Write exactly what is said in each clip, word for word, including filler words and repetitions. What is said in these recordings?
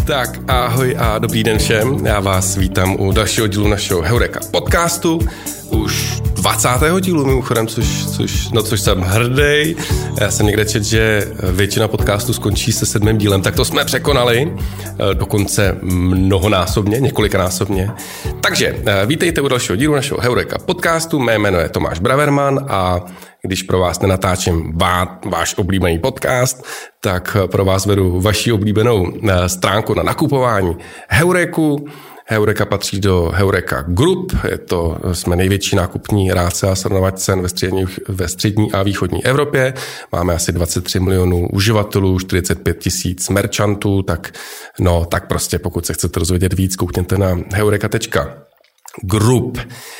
Tak ahoj a dobrý den všem. Já vás vítám u dalšího dílu našeho Heureka podcastu. Už dvacátého dílu mimochodem, což, což, no což jsem hrdý. Já jsem někde četl, že většina podcastů skončí se sedmým dílem, tak to jsme překonali. Dokonce mnohonásobně, několikanásobně. Takže vítejte u dalšího dílu našeho Heureka podcastu. Mé jméno je Tomáš Braverman a když pro vás nenatáčím vá, váš oblíbený podcast, tak pro vás vedu vaši oblíbenou stránku na nakupování Heureku. Heureka patří do Heureka Group, je to, jsme největší nákupní rádce a srovnávač cen ve střední, ve střední a východní Evropě. Máme asi dvacet tři milionů uživatelů, čtyřicet pět tisíc merchantů, tak no, tak prostě pokud se chcete dozvědět víc, koukněte na heureka tečka group.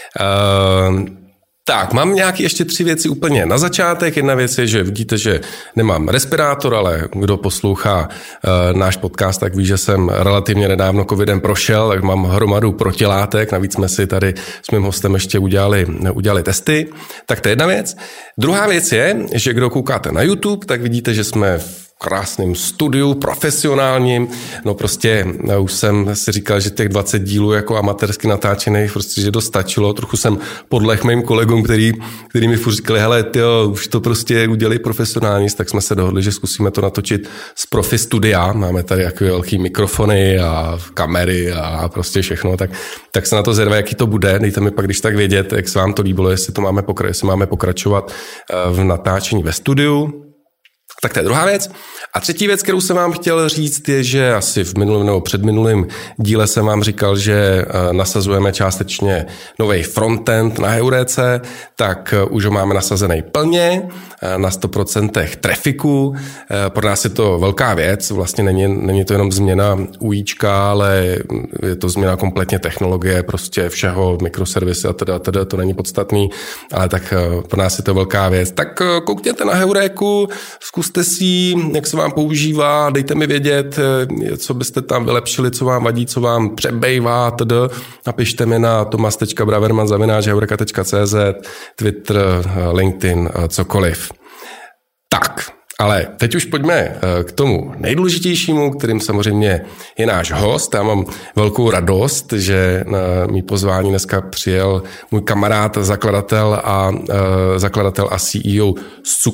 Uh, Tak, mám nějaké ještě tři věci úplně na začátek. Jedna věc je, že vidíte, že nemám respirátor, ale kdo poslouchá e, náš podcast, tak ví, že jsem relativně nedávno covidem prošel, tak mám hromadu protilátek. Navíc jsme si tady s mým hostem ještě udělali, udělali testy. Tak to je jedna věc. Druhá věc je, že kdo koukáte na YouTube, tak vidíte, že jsme v krásným studiu, profesionálním. No prostě už jsem si říkal, že těch dvacet dílů jako amatérsky natáčených prostě, že dostačilo. Trochu jsem podleh mým kolegům, který, který mi furt říkali, hele, tyjo, už to prostě udělej profesionální, tak jsme se dohodli, že zkusíme to natočit z profi studia. Máme tady jaký velký mikrofony a kamery a prostě všechno, tak, tak se na to zvědavě, jaký to bude. Dejte mi pak, když tak vědět, jak se vám to líbilo, jestli to máme, pokra- jestli máme pokračovat v natáčení ve studiu. Tak to je druhá věc. A třetí věc, kterou jsem vám chtěl říct, je, že asi v minulém nebo předminulém díle jsem vám říkal, že nasazujeme částečně nový frontend na Heurece, tak už ho máme nasazený plně, na sto procent trafiku. Pro nás je to velká věc, vlastně není, není to jenom změna UIčka, ale je to změna kompletně technologie, prostě všeho, mikroservisy a teda, teda, to není podstatný, ale tak pro nás je to velká věc. Tak koukněte na Heureku, zkuste si, jak se vám používá, dejte mi vědět, co byste tam vylepšili, co vám vadí, co vám přebejvá, td. Napište mi na tomas tečka braverman zavináč heureka tečka cz, Twitter, LinkedIn, cokoliv. Tak, ale teď už pojďme k tomu nejdůležitějšímu, kterým samozřejmě je náš host. Já mám velkou radost, že na mý pozvání dneska přijel můj kamarád, zakladatel a uh, zakladatel a C E O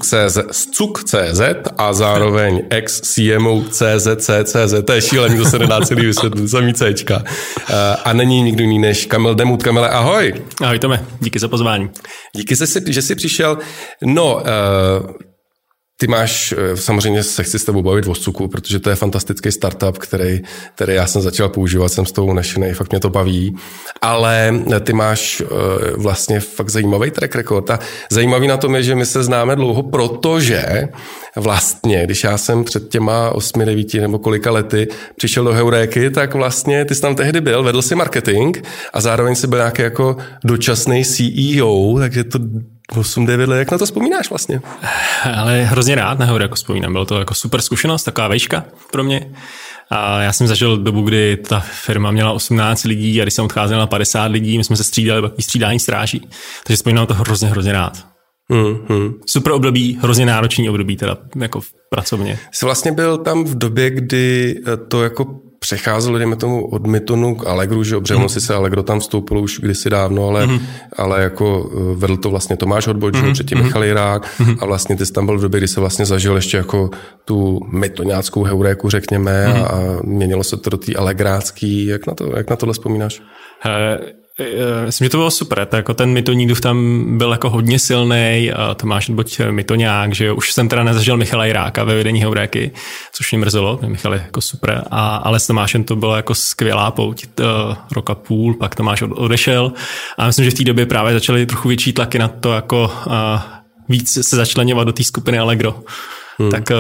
z Cuk tečka cé zet a zároveň ex-C M O C Z C C Z. To je šílený, to se nedá celý vysvětlit, samý Cčka. Uh, a není nikdo jiný než Kamil Demut. Kamile, ahoj. Ahoj Tome, díky za pozvání. Díky, že jsi, že jsi přišel. No, uh, Ty máš, samozřejmě se chci s tebou bavit o Cuku, protože to je fantastický startup, který, který já jsem začal používat, jsem s tou našenej, fakt mě to baví, ale ty máš vlastně fakt zajímavý track record a zajímavý na tom je, že my se známe dlouho, protože vlastně, když já jsem před těma osmi, devíti nebo kolika lety přišel do Heuréky, tak vlastně ty jsi tam tehdy byl, vedl si marketing a zároveň si byl nějaký jako dočasný C E O, takže to osm devět let, jak na to vzpomínáš vlastně? Ale hrozně rád na Heuréku vzpomínám. Bylo to jako super zkušenost, taková vejška pro mě. A já jsem zažil dobu, kdy ta firma měla osmnáct lidí a když jsem odcházel na padesát lidí, my jsme se střídali takový střídání stráží. Takže vzpomínám to hrozně, hrozně rád. Hmm, hmm. Super období, hrozně náročný období teda jako pracovně. Jsi vlastně byl tam v době, kdy to jako přecházelo, dejme tomu, od Mytonu k Allegru, že obřevno mm. si se Allegro tam vstoupilo už kdysi dávno, ale, mm. ale jako vedl to vlastně Tomáš Hodboč, mm. předtím mm. Michal Jirák mm. a vlastně ty jsi tam byl v době, kdy se vlastně zažil ještě jako tu mytoňáckou Heuréku, řekněme, mm. a, a měnilo se to do té allegrácký. Jak na to, jak na tohle vzpomínáš? He, myslím, že to bylo super. Tak jako ten mytoník tam byl jako hodně silný. Tomáš Hodboč mytoňák, že jo. Už jsem teda nezažil Michala Jiráka ve vedení Heuréky, což mě mrzelo. Michal je jako super. A, ale s Tomášem to bylo jako skvělá pouť. Rok a půl, pak Tomáš odešel. A myslím, že v té době právě začaly trochu větší tlaky na to, jako víc se začleňovat do té skupiny Allegro. Hmm. Tak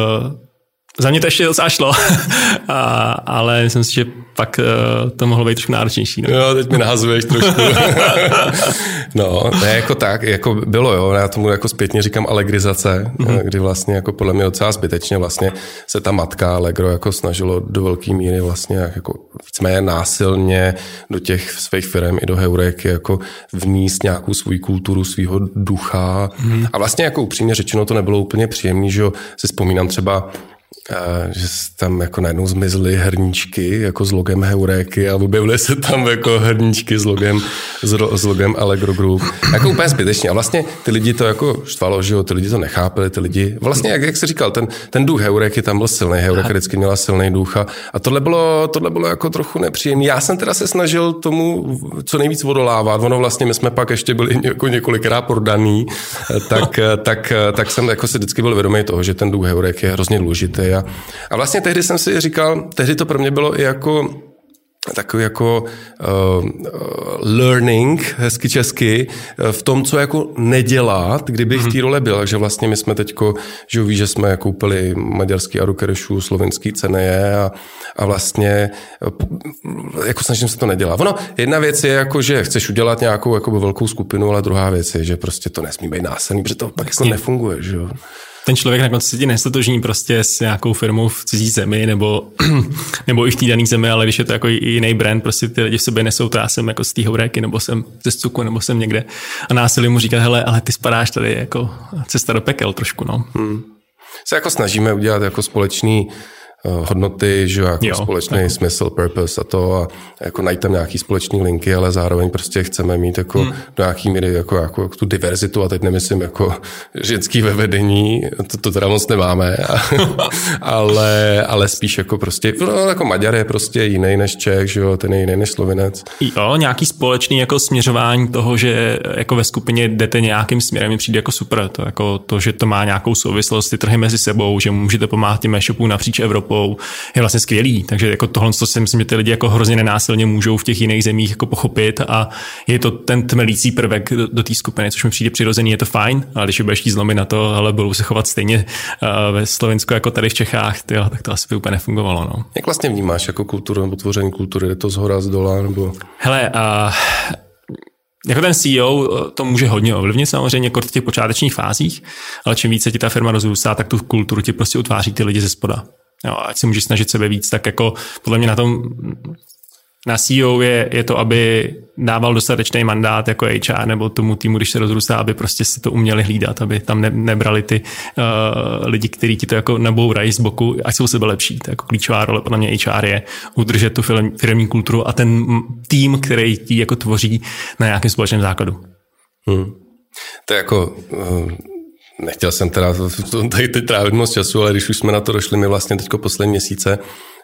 za mě to ještě docela šlo, a, ale myslím si, že pak uh, to mohlo být trošku náročnější. No, jo, teď mi nahazuješ trošku. No, ne, jako tak, jako bylo, jo, já tomu jako zpětně říkám allegrizace, mm-hmm. kdy vlastně jako podle mě docela zbytečně vlastně se ta matka Allegro jako snažilo do velké míry vlastně jako víceméně násilně do těch svých firm i do Heuréky jako vníst nějakou svou kulturu, svýho ducha. Mm-hmm. A vlastně jako upřímně řečeno to nebylo úplně příjemný, že jo, si vzpomínám třeba A že tam jako najednou zmizly hrníčky jako s logem Heuréky a objevily se tam jako hrníčky s logem, s logem Allegro Group. Jako úplně zbytečně. A vlastně ty lidi to jako štvalo, že jo, ty lidi to nechápili, ty lidi, vlastně jak, jak jsi říkal, ten, ten duch Heuréky tam byl silný, Heuréka vždycky měla silný duch a, a tohle bylo, tohle bylo jako trochu nepříjemné. Já jsem teda se snažil tomu co nejvíc odolávat, ono vlastně my jsme pak ještě byli jako několikrát prodaný, tak, tak, tak jsem jako si vždycky byl vědomý toho, že ten duch Heuréky je hrozně důležitý. A, a vlastně tehdy jsem si říkal, tehdy to pro mě bylo i jako takový jako uh, learning, hezky česky, v tom, co jako nedělat, kdybych v té role byl. Takže vlastně my jsme teďko, že víš, že jsme koupili maďarský Arukerešu, slovenský Ceneje a, a vlastně jako snažím se to nedělat. Ono, jedna věc je jako, že chceš udělat nějakou jako velkou skupinu, ale druhá věc je, že prostě to nesmí být násilný, protože to pak jako nefunguje, že jo. Ten člověk nakonec se ti nestotožní prostě s nějakou firmou v cizí zemi nebo, nebo i v té dané zemi, ale když je to jako jiný brand, prostě ty lidi v sobě nesou to, já jsem jako z té Heuréky, nebo jsem ze Stuku, nebo jsem někde a násilí mu říkat, hele, ale ty spadáš tady jako cesta do pekel trošku, no. Hmm. Se jako snažíme udělat jako společný hodnoty, že jako jo, společný tak. smysl, purpose a to a jako najít tam nějaký společný linky, ale zároveň prostě chceme mít jako hmm. do nějaký míry jako, jako, jako tu diverzitu a teď nemyslím jako ženský ve vedení, to, to teda moc nemáme, a, ale, ale spíš jako prostě, no, jako Maďar je prostě jiný než Čech, že jo, ten je jiný než Slovinec. Jo, nějaký společný jako směřování toho, že jako ve skupině jdete nějakým směrem, mi přijde jako super, to jako to, že to má nějakou souvislost, ty trhy mezi sebou, že můžete pomáhat těm e-shopům napříč Evropou, je vlastně skvělý. Takže jako tohle to si myslím, že ty lidi jako hrozně nenásilně můžou v těch jiných zemích jako pochopit a je to ten tmelící prvek do, do té skupiny, což mi přijde přirozený, je to fajn, ale když budeš chtít zlomit na to, ale budou se chovat stejně uh, ve Slovensku jako tady v Čechách, tyjo, tak to asi by úplně nefungovalo. No. Jak vlastně vnímáš jako kulturu nebo tvoření kultury? Je to zhora, z dola? Nebo... Hele, uh, jako ten C E O to může hodně ovlivnit samozřejmě jako v těch počátečních fázích, ale čím více ti ta firma rozrůstá, tak tu kulturu ti prostě utváří ty lidi ze spoda. Jo, ať se můžeš snažit sebe víc, tak jako podle mě na tom na C E O je, je to, aby dával dostatečný mandát jako H R nebo tomu týmu, když se rozrůstá, aby prostě si to uměli hlídat, aby tam ne, nebrali ty uh, lidi, kteří ti to jako nabourají z boku, ať jsou sebe lepší. To jako klíčová role podle mě H R je udržet tu firemní kulturu a ten tým, který ti jako tvoří na nějakém společném základu. Hmm. To je jako... Uh... Nechtěl jsem teda tady teď trávit moc času, ale když už jsme na to došli, my vlastně teďko poslední měsíce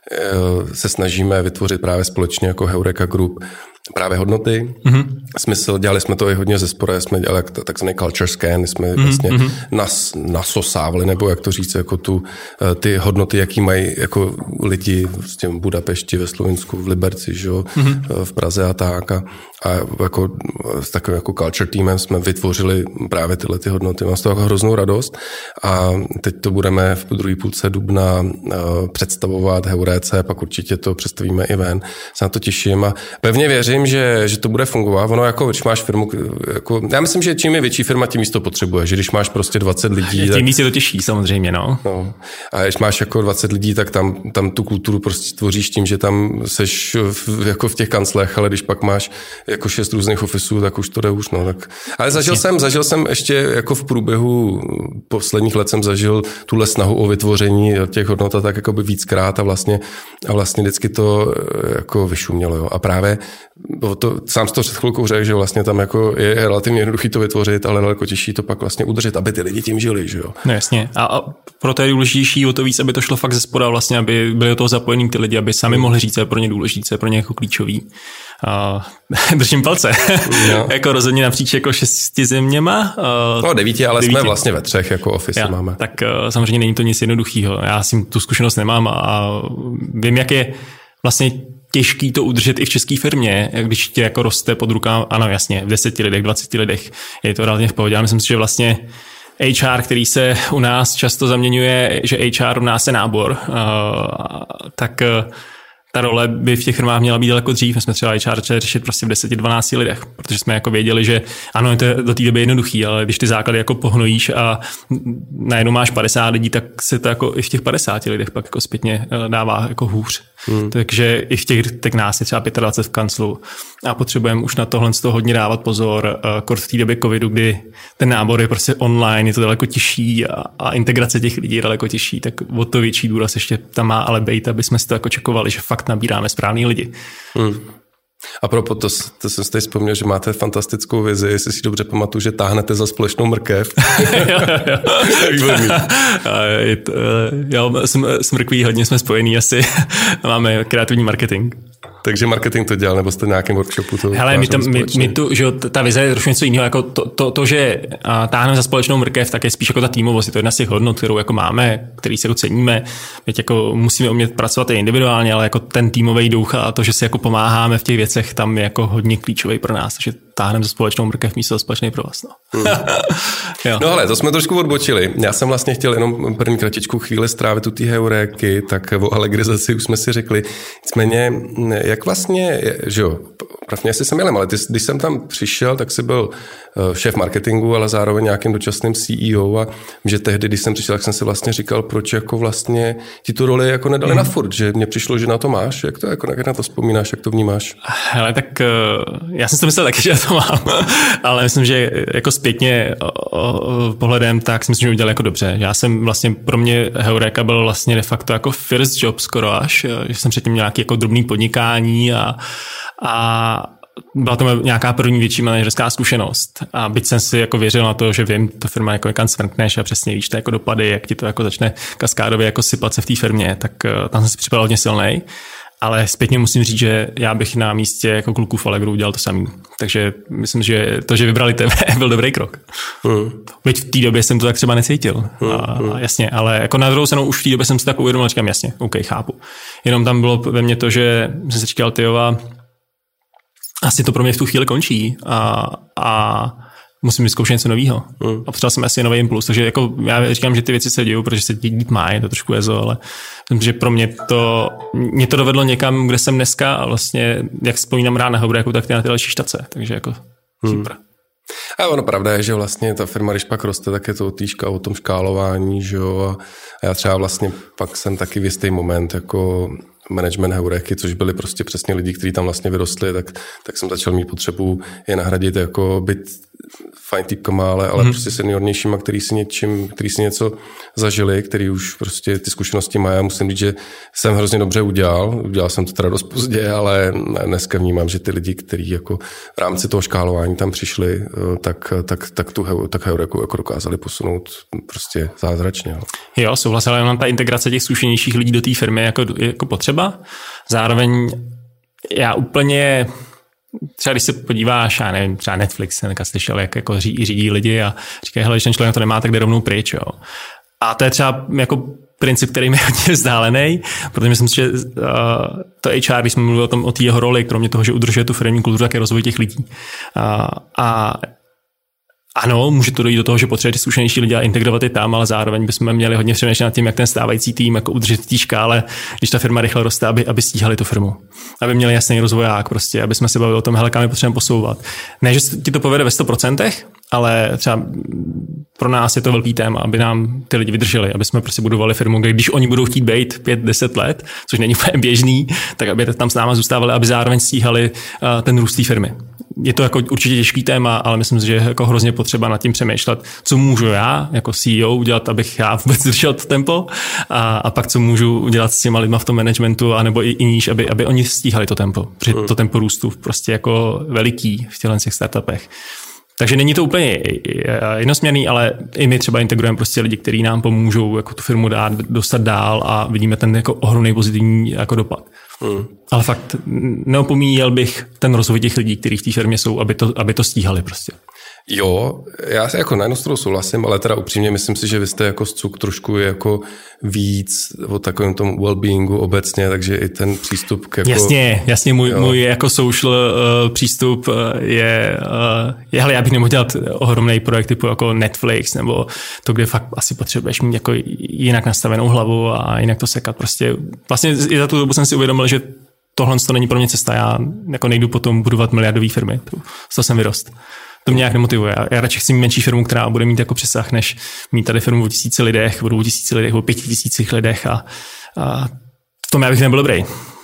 se snažíme vytvořit právě společně jako Heureka Group právě hodnoty. Mm-hmm. Smysl, dělali jsme to i hodně ze sporu, jsme dělali takzvaný culture scan, jsme mm-hmm. vlastně nas, nasosávali, nebo jak to říct, jako tu, ty hodnoty, jaký mají jako lidi v těm Budapešti, ve Slovensku, v Liberci, že jo, mm-hmm. v Praze a tak. A, a jako s takovým jako culture týmem jsme vytvořili právě tyhle ty hodnoty. Mám z toho jako hroznou radost a teď to budeme v druhé půlce dubna uh, představovat Heuréce, pak určitě to představíme i ven. Se na to těším a pevně věřím, Že, že to bude fungovat. Ono jako, když máš firmu, jako, já myslím, že čím je větší firma, tím víc to potřebuje. Že když máš prostě dvacet lidí... Tím víc je to těžší, samozřejmě, no. no. A když máš jako dvacet lidí, tak tam, tam tu kulturu prostě tvoříš tím, že tam seš v, jako v těch kanclech, ale když pak máš jako šest různých ofisů, tak už to jde už, no. Tak... Ale zažil jsem, zažil jsem ještě jako v průběhu posledních let jsem zažil tuhle snahu o vytvoření těch hodnot a tak jako by víckrát a vlastně, a vlastně vždycky to jako vyšumělo, jo. A právě to, sám jsi to před chvilkou řekl, že vlastně tam jako je relativně jednoduchý to vytvořit, ale daleko těžší to pak vlastně udržet, aby ty lidi tím žili, že jo. No jasně. A, a proto je důležitější o to víc, aby to šlo fakt ze spoda vlastně, aby byly do toho zapojení ty lidi, aby sami mohli říct, co je pro ně důležité, co je pro ně jako klíčový. A držím palce. No. Jako rozhodně napříč jako šesti zeměma. No devíti, ale devíti. Jsme vlastně ve třech jako office ja, máme. Tak samozřejmě není to nic jednoduchého. Já si tu zkušenost nemám a vím, jak je vlastně těžký to udržet i v české firmě, když tě jako roste pod rukám, ano jasně, v deseti lidech, dvaceti lidech je to relativně v pohodě. Já myslím si, že vlastně H R, který se u nás často zaměňuje, že H R u nás je nábor, tak ta role by v těch firmách měla být daleko dřív. My jsme třeba H R řešit prostě v deseti dvanácti lidech, protože jsme jako věděli, že ano, je to do té doby jednoduchý, ale když ty základy jako pohnojíš a najednou máš padesát lidí, tak se to jako i v těch padesáti lidech pak jako zpětně dává jako hůř. Hmm. Takže i v těch, tak nás je třeba dvacet pět v kanclu a potřebujeme už na tohle z toho hodně dávat pozor. Kort v té době covidu, kdy ten nábor je prostě online, je to daleko těžší a, a integrace těch lidí je daleko těžší, tak o to větší důraz ještě tam má ale bejt, aby jsme si to jako čekovali, že fakt nabíráme správný lidi. Hmm. A proto to, to jsem si teď vzpomněl, že máte fantastickou vizi, jestli si dobře pamatuju, že táhnete za společnou mrkev. jo, jo. Výborný. jo, jsem, s mrkví hodně jsme spojení asi. Máme kreativní marketing. Takže marketing to dělal, nebo jste na nějakém workshopu to Hele, my, tam, my, my tu, že ta vize je trošku něco jiného, jako to, to, to že táhneme za společnou mrkev, tak je spíš jako ta týmovost, je to jedna z těch hodnot, kterou jako máme, který si jako ceníme. Teď jako musíme umět pracovat i individuálně, ale jako ten týmový duch a to, že si jako pomáháme v těch věcech, tam je jako hodně klíčový pro nás, takže táhneme za společnou mrkev místo za společný provaz. No. Hmm. no ale to jsme trošku odbočili. Já jsem vlastně chtěl jenom první kratičku chvíli strávit u té heuréky, tak o alegrizaci už jsme si řekli. Nicméně, jak vlastně, že jo, pravně jestli jsem jelem, ale ty, když jsem tam přišel, tak jsi byl šéf marketingu, ale zároveň nějakým dočasným C E O a že tehdy, když jsem přišel, tak jsem si vlastně říkal, proč jako vlastně ti tu roli jako nedali mm. na furt, že mně přišlo, že na to máš, jak to jako jak na to vzpomínáš, jak to vnímáš? Hele, tak já jsem si myslel taky, že to mám, ale myslím, že jako zpětně pohledem, tak si myslím, že udělal jako dobře. Já jsem vlastně, pro mě Heureka byl vlastně de facto jako first job skoro až, že jsem předtím měl nějaký jako drobný podnikání a, a byla to nějaká první větší manažerská zkušenost. A byť jsem si jako věřil na to, že vím, to firma jako někam svrkneš a přesně víš, to jako dopady, jak ti to jako začne kaskádově jako sypat se v té firmě, tak tam jsem si připadal hodně silnej. Ale zpětně musím říct, že já bych na místě jako kluků v Allegru udělal to samý. Takže myslím, že to, že vybrali tebe, byl dobrý krok. Mm. Byť v té době jsem to tak třeba necítil. Mm. A, a jasně, ale jako na druhou stranu už v té době jsem si tak uvědomil, říkám jasně, OK, chápu. Jenom tam bylo ve mně to, že jsem si říkal, tyjova, asi to pro mě v tu chvíli končí a, a musím vyzkoušet něco nového. Mm. A potřeboval jsem asi nový impuls. Takže jako já říkám, že ty věci se dějou, protože se dít má, je to trošku jezo, ale myslím, že pro mě to, mě to dovedlo někam, kde jsem dneska a vlastně, jak vzpomínám rád na Heuréku, tak ty na ty další štace. Takže jako mm. super. A ono pravda je, že vlastně ta firma, když pak roste, tak je to o té ška, o tom škálování, že jo, a já třeba vlastně pak jsem taky v jistý moment jako management Heuréky, což byli prostě přesně lidi, kteří tam vlastně vyrostli, tak, tak jsem začal mít potřebu je nahradit jako byt fajn týpkama, ale, ale hmm. prostě seniornějšíma, který si něčím, který si něco zažili, který už prostě ty zkušenosti mají. Já musím říct, že jsem hrozně dobře udělal. Udělal jsem to teda dost pozdě, ale dneska vnímám, že ty lidi, kteří jako v rámci toho škálování tam přišli, tak, tak, tak tu tak Heuréku jako dokázali posunout prostě zázračně. Jo, souhlasím, ale mám ta integrace těch zkušenějších lidí do té firmy jako, jako potřeba. Zároveň já úplně třeba když se podíváš, já nevím, třeba Netflix, jsem slyšel, jak jako řídí, řídí lidi a říkají, hele, když ten člověk to nemá, tak jde rovnou pryč. Jo. A to je třeba jako princip, který mi je hodně vzdálený, protože myslím si, že uh, to H R, když jsme mluvili o tom, o té jeho roli, kromě toho, že udržuje tu firmní kulturu, tak je rozvoj těch lidí. Uh, a ano, může to dojít do toho, že potřebujete zkušenější lidi a integrovat je tam, ale zároveň bychom měli hodně přemýšlet nad tím, jak ten stávající tým jako udržet v té škále, když ta firma rychle roste, aby, aby stíhali tu firmu. Aby měli jasný rozvoják, prostě, aby jsme se bavili o tom, hele, kam je potřebujeme posouvat. Ne, že ti to povede ve sto procent, ale třeba pro nás je to velký téma, aby nám ty lidi vydrželi, aby jsme prostě budovali firmu, kde když oni budou chtít být pět deset let, což není úplně běžný, tak aby tam s náma zůstávali, aby zároveň stíhali uh, ten růst té firmy. Je to jako určitě těžký téma, ale myslím si, že je jako hrozně potřeba nad tím přemýšlet, co můžu já jako C E O udělat, abych já vůbec držel to tempo a, a pak co můžu udělat s těma lidma v tom managementu, anebo i, i níž, aby, aby oni stíhali to tempo. Protože to tempo růstu prostě jako veliký v těchto těch startupech. Takže není to úplně jednosměrný, ale i my třeba integrujeme prostě lidi, kteří nám pomůžou jako tu firmu dát, dostat dál a vidíme ten jako ohromný pozitivní jako dopad. Hmm. Ale fakt neopomíjel bych ten rozvoj těch lidí, kteří v té firmě jsou, aby to, aby to stíhali prostě. Jo, já se jako na jednu stranu souhlasím, ale teda upřímně myslím si, že vy jste jako Scuk trošku jako víc o takovém tom well-beingu obecně, takže i ten přístup k jako... Jasně, jasně, můj, můj jako social uh, přístup je, uh, je, hele, já bych nemohl dělat ohromný projekt typu jako Netflix, nebo to, kde fakt asi potřebuješ mít jako jinak nastavenou hlavu a jinak to sekat. Prostě vlastně i za tu dobu jsem si uvědomil, že tohle to není pro mě cesta, já jako nejdu potom budovat miliardové firmy, to, to jsem vyrost. To mě nějak nemotivuje. Já radši chci mít menší firmu, která bude mít jako přesah, než mít tady firmu o tisíci lidech, o dvou tisíci lidech, o pěti tisících lidech a, a v tom já bych nebyl dobrý.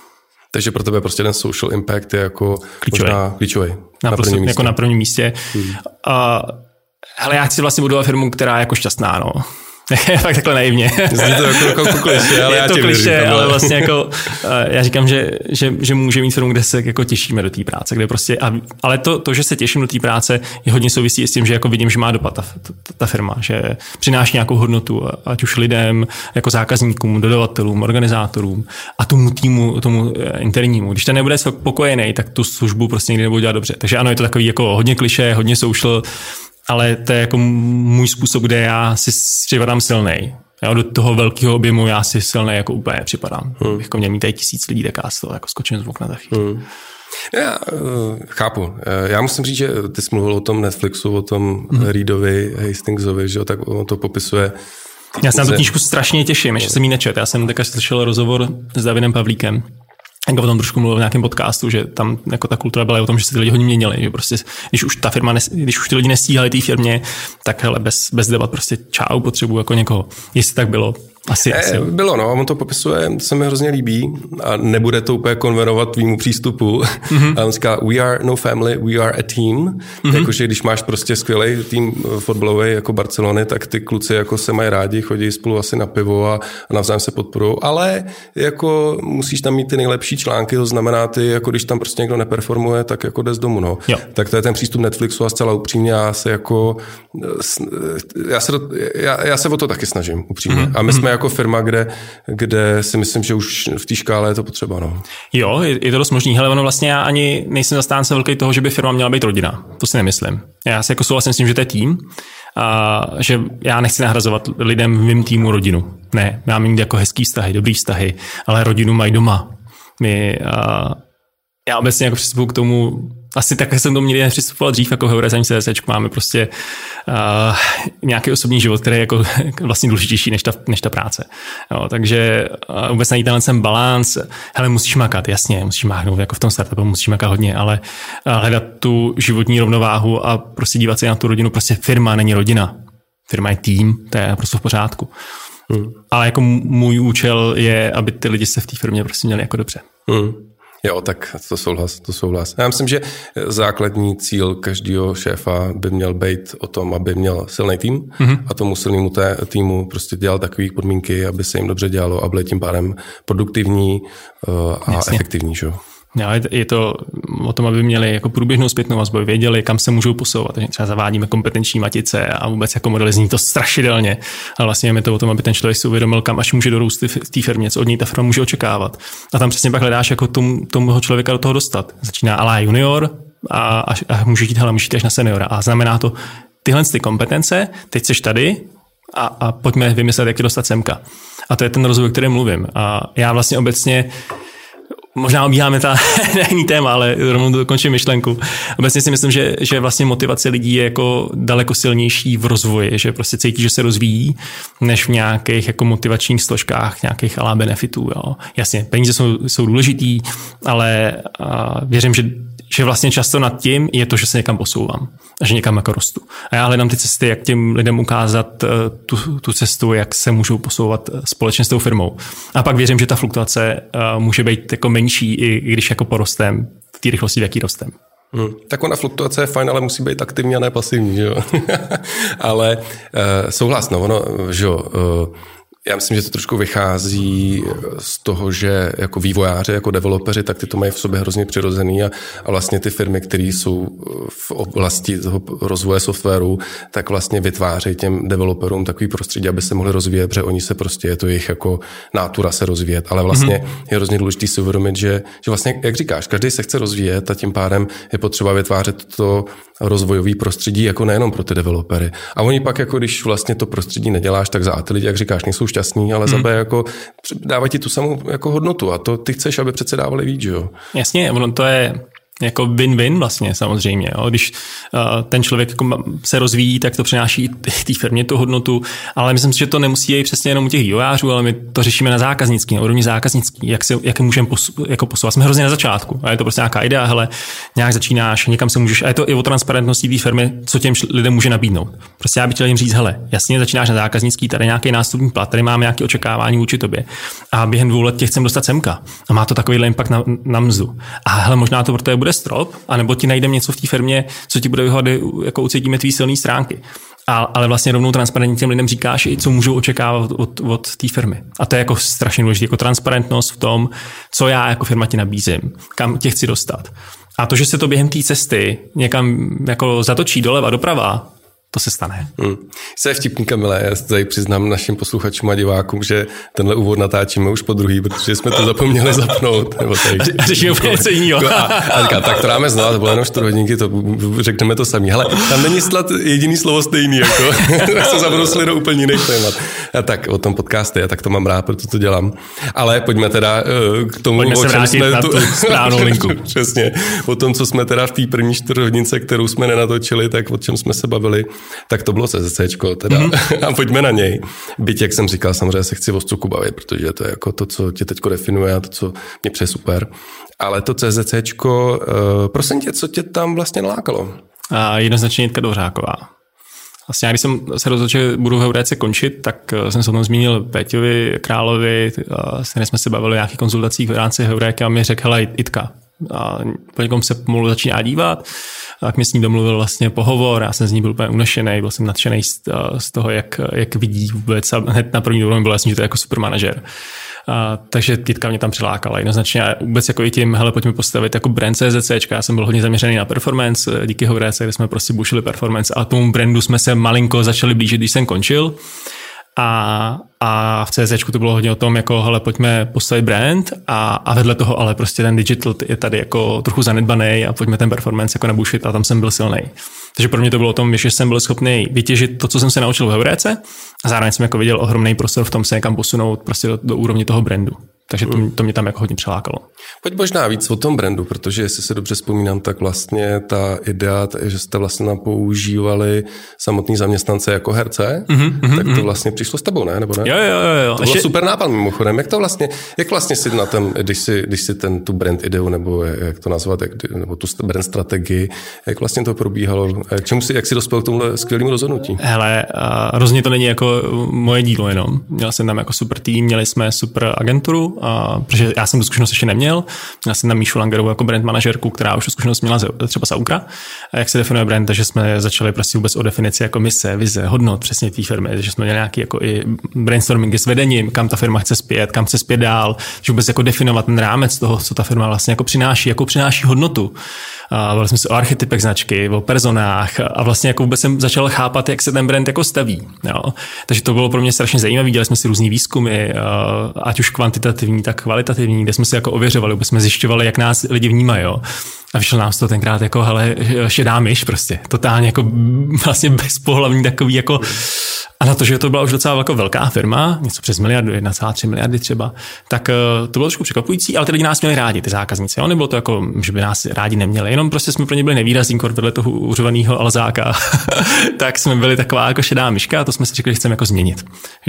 Takže pro tebe prostě ten social impact je jako klíčový. Možná klíčový. Na, na prvním místě. Jako na prvním místě. Hmm. A hele, já chci vlastně budovat firmu, která je jako šťastná, no. Fakt takhle naivně. Zní to jako, jako kliše, ale je já to tě kliše, věřím, ale vlastně jako já říkám, že, že, že může mít firmu, kde se jako těšíme do té práce, kde prostě, a, ale to, to, že se těším do té práce, je hodně souvisí s tím, že jako vidím, že má dopad ta, ta, ta firma, že přináší nějakou hodnotu, ať už lidem, jako zákazníkům, dodavatelům, organizátorům a tomu týmu, tomu internímu. Když ten nebude spokojený, tak tu službu prostě nikdy nebude dělat dobře. Takže ano, je to takový jako hodně kliše, hodně social, ale to je jako můj způsob, kde já si připadám silnej. Já do toho velkého objemu já si silnej jako úplně připadám. Hmm. Bych měl mít tady tisíc lidí, tak já z toho jako skočím z okna za chvíli. Hmm. Já uh, chápu. Já musím říct, že ty jsi mluvil o tom Netflixu, o tom hmm. Reedovi, Hastingsovi, že jo, tak on to popisuje. Já se na tu knížku strašně těším, ještě jsem jí nečet. Já jsem teďka slyšel rozhovor s Davidem Pavlíkem. Jako o tom trošku mluvil v nějakém podcastu, že tam jako ta kultura byla o tom, že se ty lidi hodně měnili, že prostě, když už ta firma, nes, když už ty lidi nestíhali té firmě, tak hele, bez, bez debat prostě čau, potřebuji jako někoho. Jestli tak bylo, asi, e, asi. Bylo, no, on to popisuje, se mi hrozně líbí a nebude to úplně konverovat tvýmu přístupu, mm-hmm. ale on říká, we are no family, we are a team, mm-hmm. jakože když máš prostě skvělý tým fotbalový jako Barcelony, tak ty kluci jako se mají rádi, chodí spolu asi na pivo a, a navzájem se podporují, ale jako musíš tam mít ty nejlepší články, to znamená ty, jako když tam prostě někdo neperformuje, tak jako jde z domu, no. Jo. Tak to je ten přístup Netflixu a zcela upřímně já se jako, já se, do, já, já se o to taky snažím, upřímně. Mm-hmm. A my jsme jako firma, kde, kde si myslím, že už v té škále je to potřeba. No. Jo, je, je to dost možný. Hele, ono vlastně já ani nejsem zastánce velký toho, že by firma měla být rodina. To si nemyslím. Já si jako souhlasím s tím, že to je tým a že já nechci nahrazovat lidem v mým týmu rodinu. Ne, já mám mít jako hezký vztahy, dobrý vztahy, ale rodinu mají doma. My, a já obecně jako přistupuji k tomu, asi tak jsem tomu nikdy nepřistupoval dřív, jako Heurézem C S C, máme prostě uh, nějaký osobní život, který je jako vlastně důležitější než ta, než ta práce. Jo, takže uh, vůbec najít tenhle ten balans, hele, musíš makat, jasně, musíš máknout, jako v tom startupu musíš makat hodně, ale uh, hledat tu životní rovnováhu a prostě dívat se na tu rodinu, prostě firma není rodina. Firma je tým, to je prostě v pořádku. Hmm. Ale jako můj účel je, aby ty lidi se v té firmě prostě měli jako dobře. Hmm. Jo, tak to souhlas, to souhlas. Já myslím, že základní cíl každého šéfa by měl být o tom, aby měl silný tým mm-hmm. a tomu silnému té, týmu prostě dělal takové podmínky, aby se jim dobře dělalo a byli tím pádem produktivní uh, a Jasně. efektivní, že jo. Jo, je to o tom, aby měli jako průběžnou zpětnou vazbu, věděli, kam se můžou posouvat. Takže třeba zavádíme kompetenční matice a vůbec jako modely zní to strašidelně. Ale vlastně je to o tom, aby ten člověk si uvědomil, kam až může dorůst v té firmě, co od něj ta firma může očekávat. A tam přesně pak hledáš jako tom, toho člověka do toho dostat. Začíná ala junior a, a, a může jít, hele, může jít až na seniora. A znamená to tyhle ty kompetence, teď seš tady a, a pojďme vymyslet, jak je dostat semka. A to je ten rozvoj, o kterém mluvím. A já vlastně obecně možná obíháme ta jiný téma, ale rovnou dokončím myšlenku. Obecně si myslím, že, že vlastně motivace lidí je jako daleko silnější v rozvoji, že prostě cítí, že se rozvíjí, než v nějakých jako motivačních složkách, nějakých alá benefitů. Jo. Jasně, peníze jsou, jsou důležitý, ale a věřím, že že vlastně často nad tím je to, že se někam posouvám a že někam jako rostu. A já hledám ty cesty, jak těm lidem ukázat tu, tu cestu, jak se můžou posouvat společně s tou firmou. A pak věřím, že ta fluktuace může být jako menší, i když jako porostem v té rychlosti, v jaký rostem. Hmm. Tak ona fluktuace je fajn, ale musí být aktivní a ne pasivní, že jo? Ale uh, souhlas, no, ono, že jo, uh, já myslím, že to trošku vychází z toho, že jako vývojáři, jako developeři, tak ty to mají v sobě hrozně přirozený a, a vlastně ty firmy, které jsou v oblasti toho rozvoje softwaru, tak vlastně vytvářejí těm developerům takový prostředí, aby se mohli rozvíjet, protože oni se prostě, je to jejich jako nátura se rozvíjet, ale vlastně mm-hmm. je hrozně důležité si uvědomit, že, že vlastně, jak říkáš, každý se chce rozvíjet a tím pádem je potřeba vytvářet to rozvojový prostředí, jako nejenom pro ty developery. A oni pak, jako když vlastně to prostředí neděláš, tak za A ty lidi, jak říkáš, nejsou šťastní, ale hmm. za B jako dávají ti tu samou jako hodnotu a to ty chceš, aby přece dávali víc, jo? Jasně, ono to je jako win-win vlastně samozřejmě. Jo. Když uh, ten člověk jako se rozvíjí, tak to přináší té firmě tu hodnotu, ale myslím si, že to nemusí být přesně jenom u těch vývojářů, ale my to řešíme na zákaznický, na úrovni zákaznický, jak se jak můžeme posu, jako posouvat. Jsme hrozně na začátku a je to prostě nějaká idea, hele, nějak začínáš, někam se můžeš, a je to i o transparentnosti té firmy, co těm lidem může nabídnout. Prostě já bych chtěl jim říct, hele, jasně, začínáš na zákaznický, tady nějaký nástupní plat, tady máme nějaké očekávání vůči tobě a během dvou let tě chcem dostat semka a má to takovýhle impact na, na mzdu. A hele, možná to pro tebe bude strop, anebo ti najdeme něco v té firmě, co ti bude vyhovovat, jako ucítíme tvý silné stránky. A, ale vlastně rovnou transparentně těm lidem říkáš i co můžou očekávat od, od té firmy. A to je jako strašně důležité, jako transparentnost v tom, co já jako firma ti nabízím, kam tě chci dostat. A to, že se to během té cesty někam jako zatočí doleva, doprava, to se stane. Hmm. Jsi vtipný, Kamile, já tady přiznám našim posluchačům a divákům, že tenhle úvod natáčíme už po druhý, protože jsme to zapomněli zapnout. Nebo tady, a řešíme úplně něco jiného. A, a říká, tak to dáme znovu, to bylo jenom čtyři hodinky, to řekneme to samý. Hele, tam není snad jediný slovo stejný, jako tak se zabrousili do úplně jiných témat. A tak o tom podcasty, a tak to mám rád, proto to dělám. Ale pojďme teda k tomu, pojďme o čem jsme na tu správnou linku. Přesně. O tom, co jsme teda v té první čtyřhodince, kterou jsme nenatočili, tak o čem jsme se bavili. Tak to bylo CZCčko teda. Mm-hmm. A pojďme na něj. Byť, jak jsem říkal, samozřejmě se chci o Struku bavit, protože to je jako to, co tě teďko definuje a to, co mě přeje super. Ale to CZCčko, uh, prosím tě, co tě tam vlastně nalákalo? A jednoznačně Jitka Dvořáková. Vlastně já, když jsem se rozhodl, že budu v Heuréce končit, tak jsem se o tom zmínil Péťovi Královi, s kterým jsme se bavili o nějakých konzultacích v rámci Heuréky a mi řekl, hele, Jitka, a po někom se pomalu začíná dívat, tak mi s ní domluvil vlastně pohovor, já jsem z ní byl úplně unešený, byl jsem nadšený z, z toho, jak, jak vidí vůbec a hned na první dobrou mi bylo jasný, že to je jako super manažer. A, takže Jitka mě tam přilákala jednoznačně a vůbec jako i tím, hele, pojďme postavit jako brand CZCčka, já jsem byl hodně zaměřený na performance, díky Heuréce, kde jsme prostě bušili performance a tomu brandu jsme se malinko začali blížit, když jsem končil. A, a v CZčku to bylo hodně o tom, jako hele, pojďme postavit brand a, a vedle toho ale prostě ten digital je tady jako trochu zanedbaný a pojďme ten performance jako nabušit a tam jsem byl silnej. Takže pro mě to bylo o tom, že jsem byl schopný vytěžit to, co jsem se naučil v Heuréce a zároveň jsem jako viděl ohromný prostor v tom se někam posunout prostě do, do úrovně toho brandu. Takže to, to mě tam jako hodně přilákalo. Pojď možná víc o tom brandu, protože jestli se dobře vzpomínám, tak vlastně ta idea, že jste vlastně používali samotný zaměstnance jako herce, mm-hmm, tak to vlastně přišlo s tebou, ne? Nebo ne? Jo, jo, jo. To bylo super nápad mimochodem. Jak to vlastně, jak vlastně si na tom, když si, když si ten, tu brand ideu, nebo jak to nazvat, jak, nebo tu brand strategii, jak vlastně to probíhalo, jak, čemu si, jak si dospěl k tomuhle skvělému rozhodnutí? Hele, rozhodně to není jako moje dílo jenom. Měl jsem tam jako super tým, měli jsme super agenturu, a, protože já jsem tu zkušenost ještě neměl. Já jsem tam Míšu Langerovou jako brand manažerku, která už tu zkušenost měla třeba z Aukra. A jak se definuje brand, takže jsme začali prostě vůbec o definici jako mise, vize, hodnot přesně té firmy, že jsme měli nějaký jako i brainstormingy s vedením, kam ta firma chce zpět, kam chce zpět dál, že vůbec jako definovat ten rámec toho, co ta firma vlastně jako přináší, jakou přináší hodnotu. A bavili jsme se o archetypech značky, o personách a vlastně jako vůbec jsem začal chápat, jak se ten brand jako staví. Jo. Takže to bylo pro mě strašně zajímavé. Viděli jsme si různý výzkumy, ať už kvantitativní, tak kvalitativní, kde jsme si jako ověřovali, vůbec jsme zjišťovali, jak nás lidi vnímají. Jo. A vyšlo nám z toho tenkrát jako, hele, šedá myš prostě. Totálně jako vlastně bezpohlavní takový jako. A na to, že to byla už docela jako velká firma, něco přes miliardu, jedna celá tři miliardy třeba, tak to bylo trošku překvapující, ale ty lidi nás měli rádi, ty zákazníci. Jo? Nebylo to jako, že by nás rádi neměli, jenom prostě jsme pro ně byli nevýrazný kor vedle toho uřovaného alzáka. Tak jsme byli taková jako šedá myška a to jsme si řekli, že chceme jako změnit.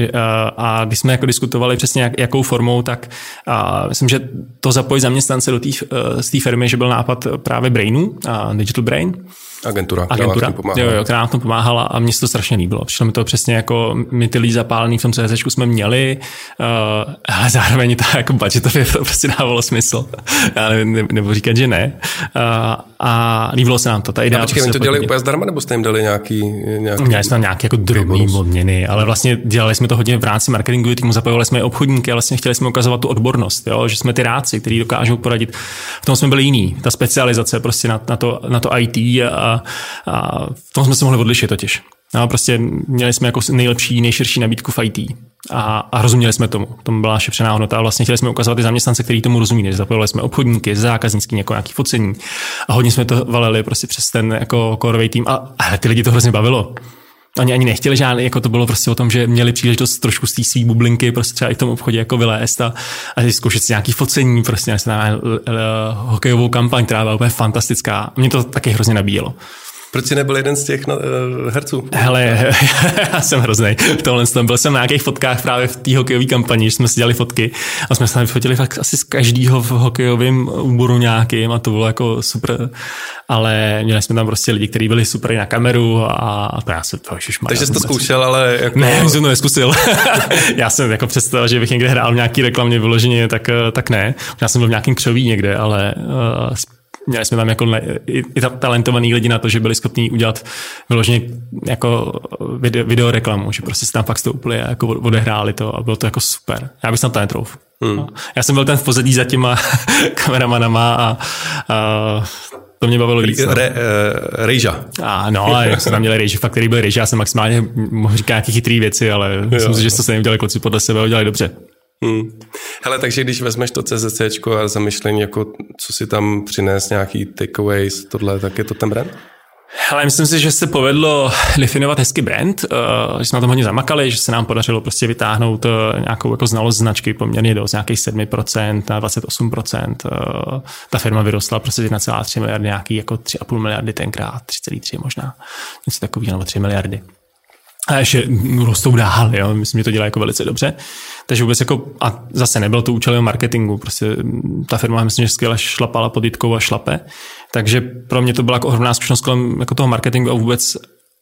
A když jsme jako diskutovali přesně jak, jakou formou, tak a myslím, že to zapojit zaměstnance do té z té firmy, že byl nápad právě Brainu, Digital Brain. Agentura, Agentura, která pomáhala. Jo, jo, která nám to pomáhala a mně se to strašně líbilo. Přišlo mi to přesně jako my ty lidi zapálený v tom CZčku jsme měli, uh, ale zároveň to jako budgetově to prostě dávalo smysl. Já nevím, nebo říkat, že ne. Uh, a líbilo se nám to. Ta idea. A počkej, prostě to dělali úplně zdarma, nebo jste jim dali nějaký... nějaký Měli jsme tam nějaké jako drobný odměny, ale vlastně dělali jsme to hodně v rámci marketingu, týmu zapojovali jsme obchodníky a vlastně chtěli jsme ukazovat tu odbornost, jo? Že jsme ty rádci, kteří dokážou poradit. V tom jsme byli jiní. Ta specializace prostě na, na, to, na to í té a A v tom jsme se mohli odlišit totiž. No, prostě měli jsme jako nejlepší, nejširší nabídku v í té a, a rozuměli jsme tomu. Tomu byla naše přená hodnota a vlastně chtěli jsme ukazovat ty zaměstnance, kteří tomu rozumí. Zapojili jsme obchodníky, zákazníky, jako nějaký focení a hodně jsme to valili prostě přes ten jako korovej tým a, a ty lidi to hrozně bavilo. Oni ani nechtěli žádný, jako to bylo prostě o tom, že měli příležitost trošku z té svý bublinky, prostě třeba i v tom obchodě jako vylézt a, a zkoušet si nějaký focení, prostě na hokejovou kampaň, která byla úplně fantastická. Mě to taky hrozně nabíjelo. Proč jsi nebyl jeden z těch no, herců? Hele, já jsem hroznej. V tomhle tom byl jsem na nějakých fotkách právě v té hokejové kampani, že jsme si dělali fotky a jsme se tam vyfotili fakt asi z každého v hokejovém úboru nějakým a to bylo jako super. Ale měli jsme tam prostě lidi, kteří byli super na kameru a to já se to ježišmarja. Takže jsi to zkoušel, ale jako... Ne, jsem to neskusil. Já jsem jako představil, že bych někde hrál v nějaký reklamě vyloženě, tak, tak ne. Já jsem byl v nějakým křoví někde, ale uh, měli jsme tam jako i, i talentovaný lidi na to, že byli schopní udělat vyloženě jako video, video reklamu, že prostě se tam fakt stoupili a jako odehráli to a bylo to jako super. Já bych tam to netrouf. Hmm. Já jsem byl ten v pozadí za těma kameramanama a, a to mě bavilo víc. No. Re, uh, rejža. A no, a jsme tam měli rejži, fakt, který byl rejži, já jsem maximálně mohl říkat nějaké chytré věci, ale jo, myslím si, že to se neudělali kluci podle sebe, udělali dobře. Hmm. Hele, takže když vezmeš to CZCčko a zamyšlení, jako co si tam přines, nějaký takeaways, tohle, tak je to ten brand? Hele, myslím si, že se povedlo definovat hezký brand, uh, že jsme na tom hodně zamakali, že se nám podařilo prostě vytáhnout uh, nějakou jako znalost značky poměrně dost, nějakých sedm procent na dvacet osm procent. Uh, ta firma vyrostla prostě jedna celá tři miliardy, nějaký jako tři a půl miliardy tenkrát, tři celá tři možná, něco takového, nebo tři miliardy. A ještě rostou dál, jo, myslím, že to dělá jako velice dobře. Takže vůbec jako, a zase nebylo to účelem marketingu, prostě ta firma, myslím, že skvěle šlapala pod Jitkou a šlape. Takže pro mě to byla jako ohromná zkušenost kolem jako toho marketingu a vůbec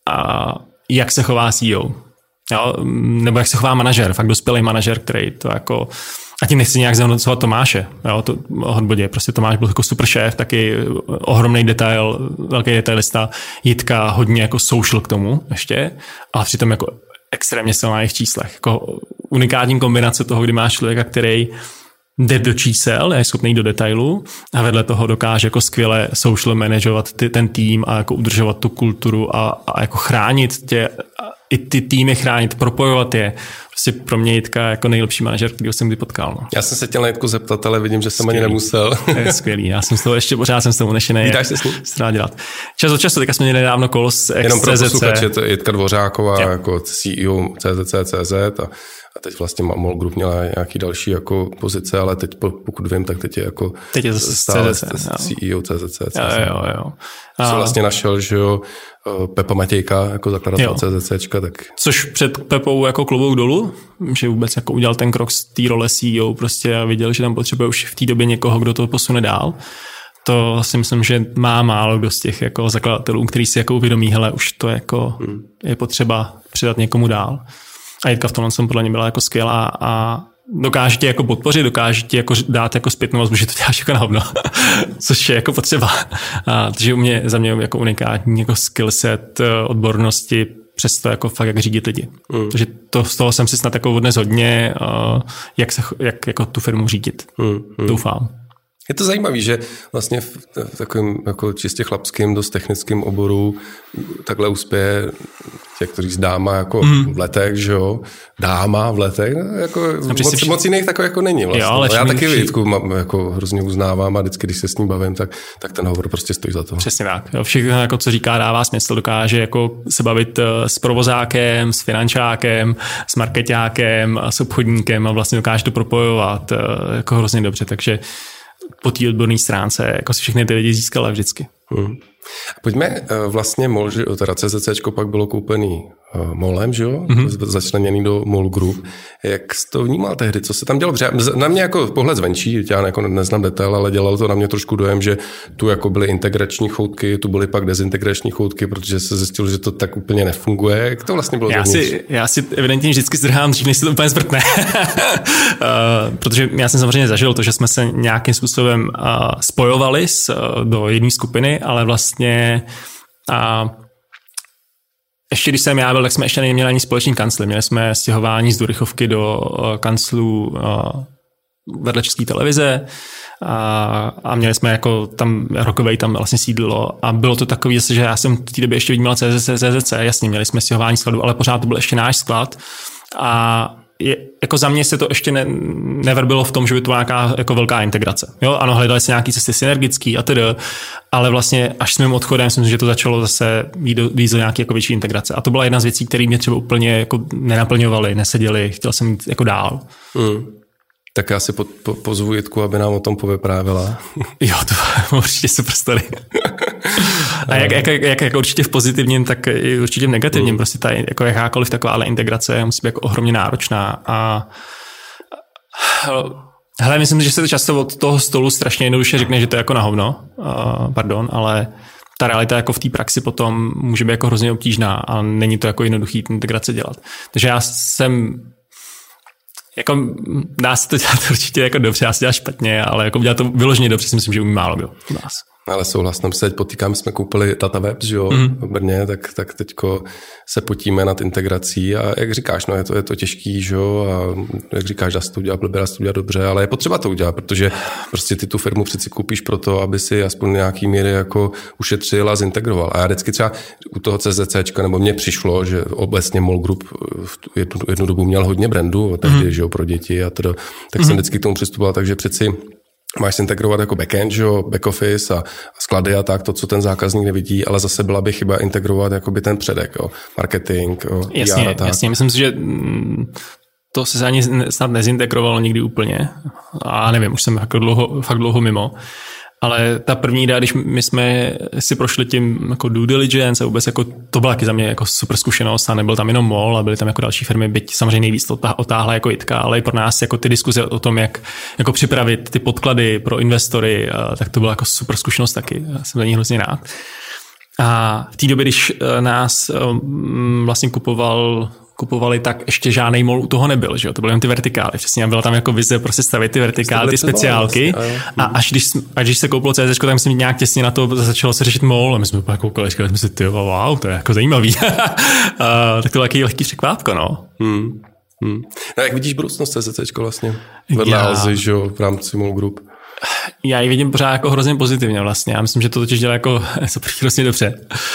a jak se chová C E O. Jo, nebo jak se chová manažer, fakt dospělý manažer, který to jako, a tím nechci nějak zhodnocovat Tomáše, jo, to hodbodě, prostě Tomáš byl jako super šéf, taky ohromný detail, velký detailista, Jitka hodně jako social k tomu ještě, a přitom jako extrémně silná v číslech, jako unikátní kombinace toho, kdy máš člověka, který jde do čísel, je schopný do detailu a vedle toho dokáže jako skvěle social manažovat ty, ten tým a jako udržovat tu kulturu a, a jako chránit tě, i ty týmy chránit, propojovat je. Prostě pro mě Jitka jako nejlepší manažer, kterýho jsem kdy potkal. No. Já jsem se chtěl na Jitku zeptat, ale vidím, že jsem skvělý. Ani nemusel. Je skvělý. Já jsem z toho ještě pořád jsem z toho unešený. Vítáš se s ním? Dělat. Čas od času, teďka jsme měli nedávno kolo s ex-C Z C. Jenom pro posluchače, to je Jitka Dvořáková, jo. Jako C E O C Z C tečka C Z a, a teď vlastně MOL Group měla nějaký další jako pozice, ale teď pokud vím, tak teď je jako teď je zase stále C E O C Z C tečka C Z. Jo, jo, jo. A... Co vlastně našel, že jo, Pepa Matějka jako zakladatel CZCčka, tak... Což před Pepou jako klobouk dolů, že vůbec jako udělal ten krok z té role C E O prostě a viděl, že tam potřebuje už v té době někoho, kdo to posune dál. To si myslím, že má málo kdo z těch jako zakladatelů, který si jako uvědomí, hele, už to jako hmm. je potřeba přidat někomu dál. A Jitka v tomhle jsem podle mě byla jako skvělá a dokáže tě jako podpořit, dokáže ti jako dát jako zpětnou vazbu, že to děláš jako na hovno, což je jako potřeba. A, takže u mě, za mě jako unikátní jako skillset, odbornosti, přesto jako fakt jak řídit lidi. Mm. Takže to, z toho jsem si snad jako odnes hodně, jak, se, jak jako tu firmu řídit. Mm. Mm. Doufám. Je to zajímavé, že vlastně v takovém jako čistě chlapským, dost technickým oboru takhle uspěje těch, kteří dáma jako mm. v letech, že jo, dáma v letech, no, jako moc, vši... moc jiných takových jako není vlastně. Jo, ale já taky vši... Vítku mám, jako hrozně uznávám a vždycky, když se s ním bavím, tak, tak ten hovor prostě stojí za to. Přesně tak. Jo, všechno, jako, co říká, dává smysl, dokáže jako se bavit s provozákem, s finančákem, s marketákem, s obchodníkem a vlastně dokáže to propojovat jako hrozně dobře, takže po té odborné stránce, jako si všechny ty lidi získala vždycky. Hmm. Pojďme vlastně MOL, že teda CZCčko pak bylo koupený MOLem, že jo? Mm-hmm. Začleněný do MOL Group. Jak jsi to vnímal tehdy? Co se tam dělo? Na mě jako pohled zvenčí, já jako neznám detail, ale dělalo to na mě trošku dojem, že tu jako byly integrační choutky, tu byly pak dezintegrační choutky, protože se zjistilo, že to tak úplně nefunguje. Jak to vlastně bylo? Já si, já si evidentně vždycky zdrhám dřív, než se to úplně zvrtne. uh, protože já jsem samozřejmě zažil to, že jsme se nějakým způsobem uh, spojovali s, uh, do jedné skupiny, ale vlastně uh, ještě když jsem já byl, tak jsme ještě neměli ani společný kancly. Měli jsme stěhování z Durychovky do kanclu vedle České televize a, a měli jsme jako tam rokovej tam vlastně sídlo a bylo to takový, že já jsem v té době ještě vnímal C Z C, C Z C, jasně, měli jsme stěhování skladu, ale pořád to byl ještě náš sklad a je, jako za mě se to ještě ne, nevrbilo v tom, že by to byla nějaká jako velká integrace. Jo, ano, hledali se nějaký cesty synergický a tedy, ale vlastně až s mým odchodem myslím, že to začalo zase být do, být do nějaké jako větší integrace. A to byla jedna z věcí, které mě třeba úplně jako nenaplňovaly, neseděly, chtěl jsem jít jako dál. Hmm. Tak já si po, po, pozvu Jitku, aby nám o tom povyprávila. Jo, to určitě super story. A jak, jak, jak, jak určitě v pozitivním, tak i určitě v negativním. Mm. Prostě ta jako jakákoliv taková integrace musí být jako ohromně náročná. A hele, myslím, že se to často od toho stolu strašně jednoduše řekne, že to je jako na hovno. Uh, pardon, ale ta realita jako v té praxi potom může být jako hrozně obtížná a není to jako jednoduchý integrace dělat. Takže já jsem jako dá se to dělat určitě jako dobře, já si dělám špatně, ale jako dělat to vyloženě dobře, si myslím, že umí málo kdo u nás. Ale souhlasím, se teď potýkáme, jsme koupili DataWebs, že jo, mm. v Brně, tak, tak teďko se potíme nad integrací a jak říkáš, no je to, je to těžký, že jo, a jak říkáš, dá se to udělat blbě, dá se to udělat dobře, ale je potřeba to udělat, protože prostě ty tu firmu přeci koupíš proto, aby si aspoň nějaký míry jako ušetřil a zintegroval. A já vždycky třeba u toho CZCčka, nebo mně přišlo, že obecně MOL Group v jednu, jednu dobu měl hodně brandů, tehdy, mm. že jo, pro děti a to, tak mm. jsem vždycky k tomu přistupoval, takže přeci máš se integrovat jako backend, že jo, back office a, a sklady a tak, to, co ten zákazník nevidí, ale zase byla by chyba integrovat jakoby ten předek, jo, marketing, jo, jasně, P R a tak. Jasně, myslím si, že to se ani snad nezintegrovalo nikdy úplně a nevím, už jsem jako dlouho, fakt dlouho mimo. Ale ta první idea, když my jsme si prošli tím jako due diligence a vůbec jako to byla taky za mě jako super zkušenost a nebyl tam jenom MOL a byly tam jako další firmy, byť samozřejmě nejvíc to otáhla jako Jitka, ale i pro nás jako ty diskuze o tom, jak jako připravit ty podklady pro investory, tak to byla jako super zkušenost taky. Já jsem za ní hrozně rád. A v té době, když nás vlastně kupoval kupovali, tak ještě žádnej MOL u toho nebyl, že jo? To byly jen ty vertikály, přesně, byla tam jako vize prostě stavit ty vertikály, ty speciálky a až když, až když se koupilo C Z, tak myslím nějak těsně na to začalo se řešit MOL a my jsme úplně koukali, jsme si ty, wow, to je jako zajímavý. a, tak to bylo taky lehký překvápko, no. Hmm. Hmm. No jak vidíš budoucnost CZCčko vlastně? Vedle Já... Alzy, že jo, v rámci MOL Group. Já ji vidím pořád jako hrozně pozitivně vlastně. Já myslím, že to totiž dělá jako hrozně dobře.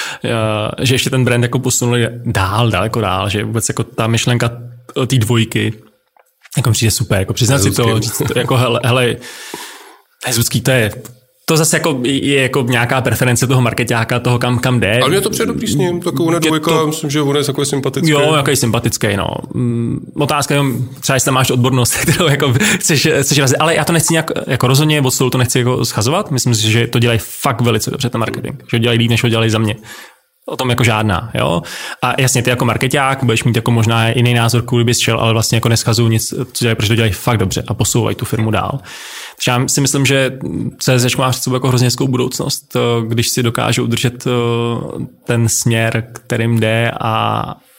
Že ještě ten brand jako posunuli dál, daleko dál, že vůbec jako ta myšlenka té dvojky jako přijde super, jako přiznat si to, říct to, jako hele, hele hezudský, to je to zase jako je jako nějaká preference toho marketáka, toho kam, kam jde. Ale mě to přijde dobrý s ním, takovou nedvojka, to... myslím, že on je takový sympatický. Jo, jaký sympatický, no. Otázka je, třeba jestli tam máš odbornost, kterou jako chceš, chceš razit, ale já to nechci nějak, jako rozhodně od stolu to nechci jako schazovat, myslím si, že to dělají fakt velice dobře ten marketing, že ho dělají líp, než ho dělají za mě. O tom jako žádná, jo. A jasně, ty jako marketák budeš mít jako možná jiný názor, kvůli bys šel, ale vlastně jako neschazují nic, co dělají, protože to dělají fakt dobře a posouvají tu firmu dál. Takže já si myslím, že CZ má před sebou jako hrozně hezkou budoucnost, když si dokáže udržet ten směr, kterým jde a,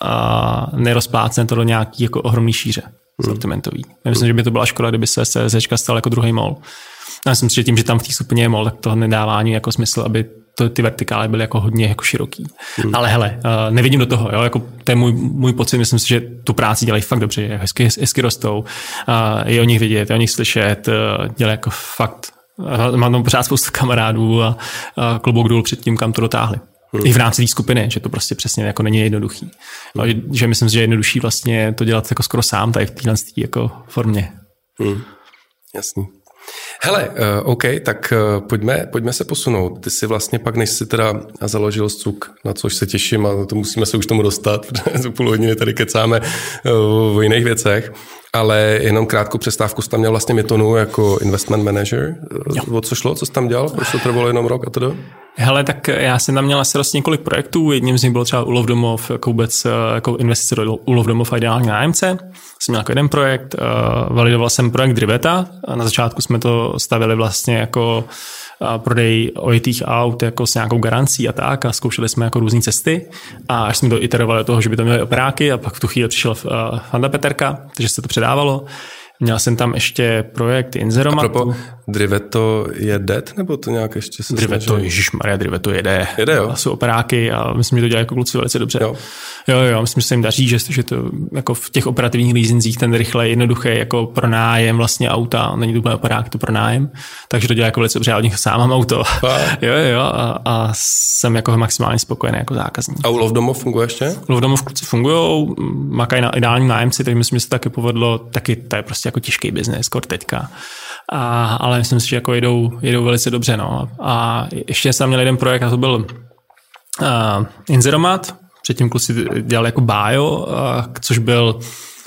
a nerozplácne to do nějaký jako ohromný šíře sortimentový. Já myslím, že by to byla škoda, kdyby se CZ stal jako druhý MOL. Já myslím si, že tím, že tam v té skupině je MOL, tak to nedává ani jako smysl, aby to, ty vertikály byly jako hodně jako široký. Hmm. Ale hele, nevidím do toho, jo? Jako, to je můj, můj pocit, myslím si, že tu práci dělají fakt dobře, hezky, hezky rostou, je o nich vidět, je o nich slyšet, dělají jako fakt, mám tam pořád spoustu kamarádů a, a klobouk dolů před tím, kam to dotáhli. Hmm. I v rámci té skupiny, že to prostě přesně jako není jednoduchý. Hmm. Že, že myslím si, že je jednodušší vlastně to dělat jako skoro sám tady v téhle jako formě. Hmm. Jasný. Hele, uh, OK, tak uh, pojďme, pojďme se posunout. Ty si vlastně pak, než si teda založil Scuk, na což se těším a to musíme se už tomu dostat, protože půl hodiny tady kecáme uh, o jiných věcech, ale jenom krátkou přestávku jsi tam měl vlastně Mytonu jako investment manager. Jo. O co šlo? Co jsi tam dělal? Proč to trvalo jenom rok a to do? Hele, tak já jsem tam měl asi vlastně několik projektů. Jedním z nich byl třeba Ulov Domov, jako vůbec jako investice do Ulov Domov a ideálně nájemce. Jsem měl jako jeden projekt, validoval jsem projekt Driveta a na začátku jsme to stavili vlastně jako prodej ojetých aut jako s nějakou garancí a tak a zkoušeli jsme jako různé cesty a až jsme to iterovali do toho, že by to měli operáky a pak v tu chvíli přišel Fanda Peterka, takže se to předávalo. Měl jsem tam ještě projekt Inzeromatu. A propos, Driveto je dead, nebo to nějak ještě se Driveto, ježišmarja, Driveto jede. Jede, jo. A jsou operáky a myslím, že to dělají jako kluci velice dobře. Jo. jo, jo, myslím, že se jim daří, že, že to jako v těch operativních leasingzích ten rychle, jednoduchý jako pronájem vlastně auta, není to úplně operák, to pronájem, takže to dělá jako velice dobře, já od nich sám mám auto. jo, jo, a, a jsem jako maximálně spokojený jako zákazník. A u Lovdomov funguje ještě? Lovdomov kluci fungujou, makají na ideální nájemci, takže myslím, že se taky povedlo, taky to je prostě jako těžký biznes, skoro teďka. A, ale myslím si, že jako jedou, jedou velice dobře. No. A ještě jsem měl jeden projekt, a to byl uh, Inzeromat, předtím kluci dělali jako bio, uh, což byl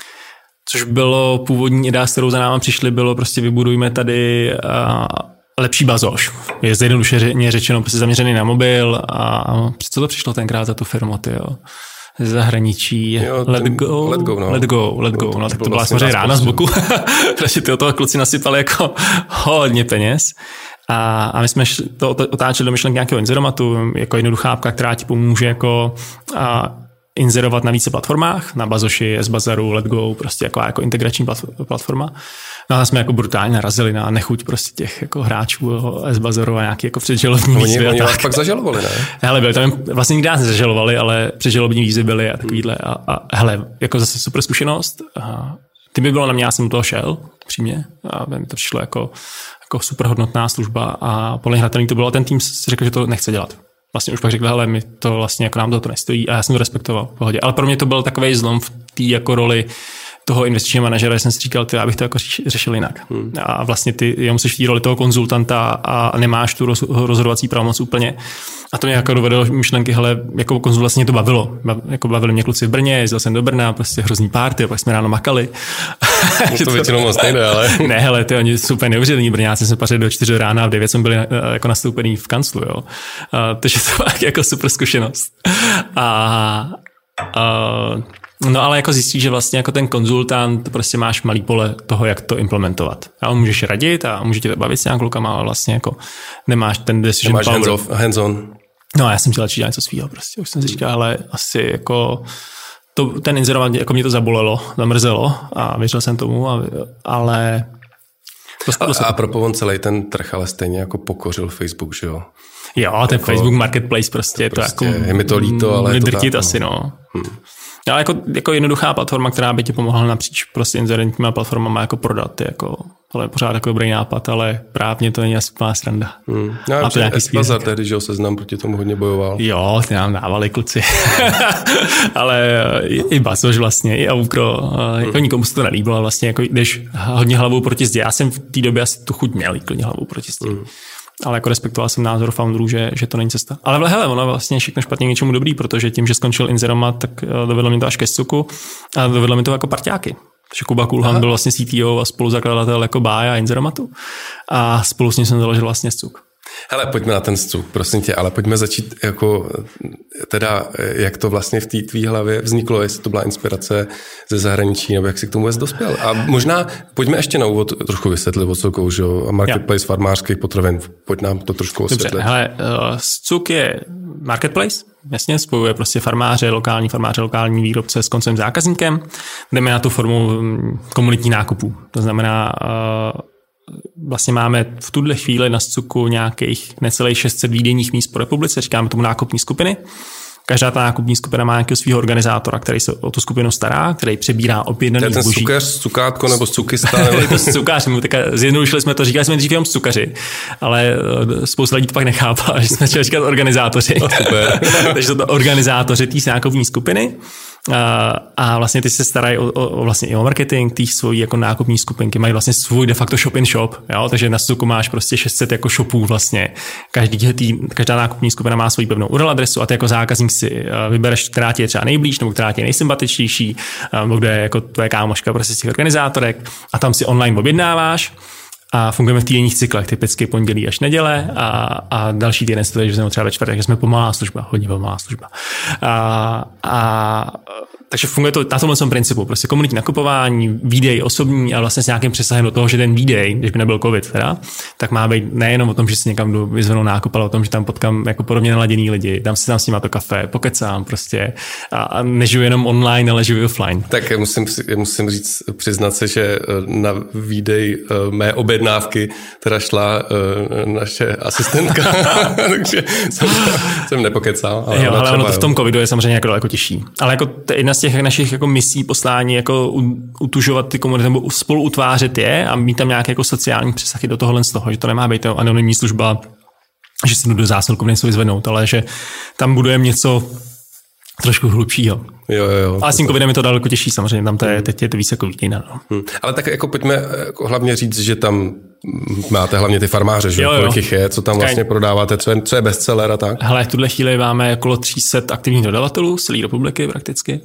což bylo původní idea, s kterou za náma přišli, bylo prostě vybudujme tady uh, lepší bazoš. Je zjednodušeně řečeno prostě zaměřený na mobil a co to přišlo tenkrát za tu firmu, tyjo? Z zahraničí, jo, let go, let go, no. let go, let go, no, tak to byla samozřejmě rána z boku, protože ty od toho kluci nasypali jako hodně peněz a, a my jsme to otáčeli do myšlenky nějakého inzeromatu, jako jednoduchá apka, která ti pomůže jako a, inzerovat na více platformách, na Bazoši, S-Bazaru, Let Go, prostě jako, jako integrační platforma. No a jsme jako brutálně narazili na nechuť prostě těch jako hráčů S-Bazaru a nějaký jako předžalobní výzvy. Oni, oni vás pak zažalovali, ne? Hele, byli tam, vlastně nikdy nás nezažalovali, ale předžalobní výzvy byly a takovýhle. A, a hele, jako zase super zkušenost. A ty by bylo na mě, já jsem do toho šel, přímě. A mi to přišlo jako, jako super hodnotná služba a podle hratelný to bylo. A ten tým si řekl, že to nechce dělat. Vlastně už pak řekl, hele, my to vlastně jako nám to nestojí a já jsem to respektoval v pohodě. Ale pro mě to byl takovej zlom v té jako roli toho investičního manažera, že jsem si říkal, ty, já bych to jako řešil jinak. Hmm. A vlastně ty jenom jsi v té roli toho konzultanta a nemáš tu roz, rozhodovací pravomoc úplně. A to mě jako dovedlo myšlenky, hele, jako konzult vlastně to bavilo. Jako bavili mě kluci v Brně, jezdil jsem do Brna, prostě hrozný party, a pak jsme ráno makali. To, to většinou moc nejde, ale... ne, hele, ty oni jsou úplně neuvěřitelní Brňáci, jsme pařili do čtyři rána a v devět jsme byli jako nastoupený v kanclu, jo. A, takže to byla jako super zkušenost. A, a no ale jako zjistíš, že vlastně jako ten konzultant prostě máš malý pole toho, jak to implementovat. A on můžeš radit a může tě to bavit s nějakou klukama, ale vlastně jako nemáš ten decision nemáš power. Hands off, hands on. No já jsem chtěl dělat něco svýho prostě. Už jsem si říkal, ale asi jako to, ten inzerovat, jako mě to zabolelo, zamrzelo a věřil jsem tomu, a, ale... A, a propos on celý ten trh, ale stejně jako pokořil Facebook, že jo? Jo, ten jako, Facebook Marketplace prostě, to, to prostě jako... Je mi to líto, ale je to drtit tak, asi, no. Hmm. Ale jako, jako jednoduchá platforma, která by ti pomohla napříč prostě inzerentníma platformama jako prodat, jako, ale pořád jako dobrý nápad, ale právně to není asi úplná sranda. Hmm. No, a to nějaký S-Bazar tehdy, že ho Seznam proti tomu hodně bojoval. Jo, ty nám dávali kluci. Ale i, i Bazoš vlastně, i Aukro, hmm. jako nikomu se to nelíbilo, vlastně jako jdeš hodně hlavou proti zdi. Já jsem v té době asi tu chuť měl, klidně hlavou proti zdi. Hmm. Ale jako respektoval jsem názor founderů, že, že to není cesta. Ale hele, ono vlastně všechno špatně k něčemu dobrý, protože tím, že skončil Inzeromat, tak dovedlo mi to až ke Suku a dovedlo mi to jako parťáky. Takže Kuba Kulhan byl vlastně C T O a spoluzakladatel jako Bája a Inzeromatu a spolu s ním jsem založil vlastně Scuk. Hele, pojďme na ten Scuk, prosím tě, ale pojďme začít jako teda, jak to vlastně v té tvý hlavě vzniklo, jestli to byla inspirace ze zahraničí, nebo jak jsi k tomu vůbec dospěl. A možná pojďme ještě na úvod trošku vysvětlit, o co kouš, a marketplace ja. farmářských potravin, pojď nám to trošku osvětlit. Dobře, hele, Scuk je marketplace, jasně, spojuje prostě farmáře, lokální farmáře, lokální výrobce s koncovým zákazníkem. Jdeme na tu formu komunitní nákupů. To znamená, vlastně máme v tuhle chvíli na Scuku nějakých necelých šest set výdejních míst po republice, říkáme tomu nákupní skupiny. Každá ta nákupní skupina má nějakého svého organizátora, který se o tu skupinu stará, který přebírá objednaný zboží. To je ten cukař, cukátko nebo cukista? Nebo... to cukař, zjednodušili jsme to, říkali jsme dřív jenom cukaři, ale spousta lidí to pak nechápá, že jsme chtěli říkat organizátoři. No, super. Takže to organizátoři té nákupní skupiny. A vlastně ty se starají o, o, vlastně i o marketing, ty svojí jako nákupní skupinky mají vlastně svůj de facto shop in shop, jo? Takže na Scuku máš prostě šest set jako shopů vlastně. Každý tý, každá nákupní skupina má svoji pevnou U R L adresu a ty jako zákazník si vybereš, která ti je třeba nejblíž, nebo která ti je nejsympatičtější, nebo kde je jako tvoje kámoška prostě z těch organizátorek a tam si online objednáváš. A fungujeme v týdenních cyklech, typicky pondělí až neděle a, a další týden se to, že jsme třeba ve čtvrtek, že jsme pomalá služba, hodně pomalá služba. A, a Takže funguje to na tomhle principu, prostě komunitní nakupování, výdej osobní a vlastně s nějakým přesahem do toho, že ten výdej, když by nebyl covid teda, tak má být nejenom o tom, že si někam jdu vyzvenou nákup, ale o tom, že tam potkám jako podobně naladěný lidi, tam si tam s nima to kafe, pokecám prostě a, a nežiju jenom online, ale žiju offline. Tak musím, musím říct, přiznat se, že na výdej mé objednávky teda šla naše asistentka, takže jsem, jsem nepokecal. Ale, jo, ale ono to v tom jo. covidu je samozřejmě jako daleko těžší. Ale jako jedna z těch našich jako misí poslání jako utužovat ty komunity nebo spolu utvářet je a mít tam nějaké jako sociální přesahy do tohohle z toho, že to nemá být to anonymní služba, že si jdu do zásilku něco vyzvednout, ale že tam budujeme něco trošku hlubšího. Jo, jo, jo. Ale s tím covidem je to daleko těžší samozřejmě, tam to je, teď je to víc jako výdejna. No. Hmm. Ale tak jako pojďme jako hlavně říct, že tam máte hlavně ty farmáře, že jo, kolik jich je, co tam vlastně prodáváte, co je, co je bestseller a tak? Hele, v tuhle chvíli máme okolo tři sta aktivních dodavatelů z celé republiky prakticky.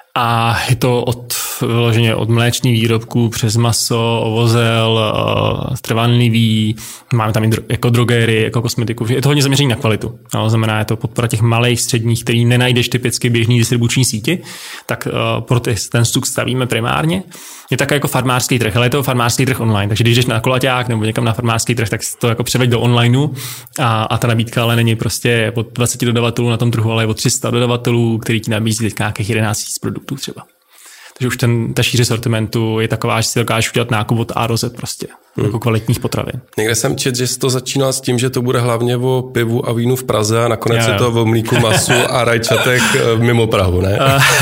A je to od, vyloženě od mléčných výrobků přes maso, ovozel, trvanlivý, máme tam i dro, jako drogéry, jako kosmetiku. Je to hodně zaměření na kvalitu. No, znamená, je to podpora těch malých, středních, který nenajdeš typicky běžný distribuční síti, tak uh, pro ty, ten stuk stavíme primárně. Je také jako farmářský trh, ale je to farmářský trh online, takže když jdeš na kolaťák nebo někam na farmářský trh, tak to jako převeď do onlineu a, a ta nabídka ale není prostě od dvacet dodavatelů na tom trhu, ale je od tři sta dodavatelů, který ti nabízí teď nějakých jedenáct tisíc produktů třeba. Takže už ten, ta šíře sortimentu je taková, že si dokážeš udělat nákup od A do Z prostě, hmm. jako kvalitních potravin. Někde jsem čet, že jsi to začínal s tím, že to bude hlavně o pivu a vínu v Praze a nakonec jo, je to o mlíku, masu a rajčatech mimo Prahu, ne?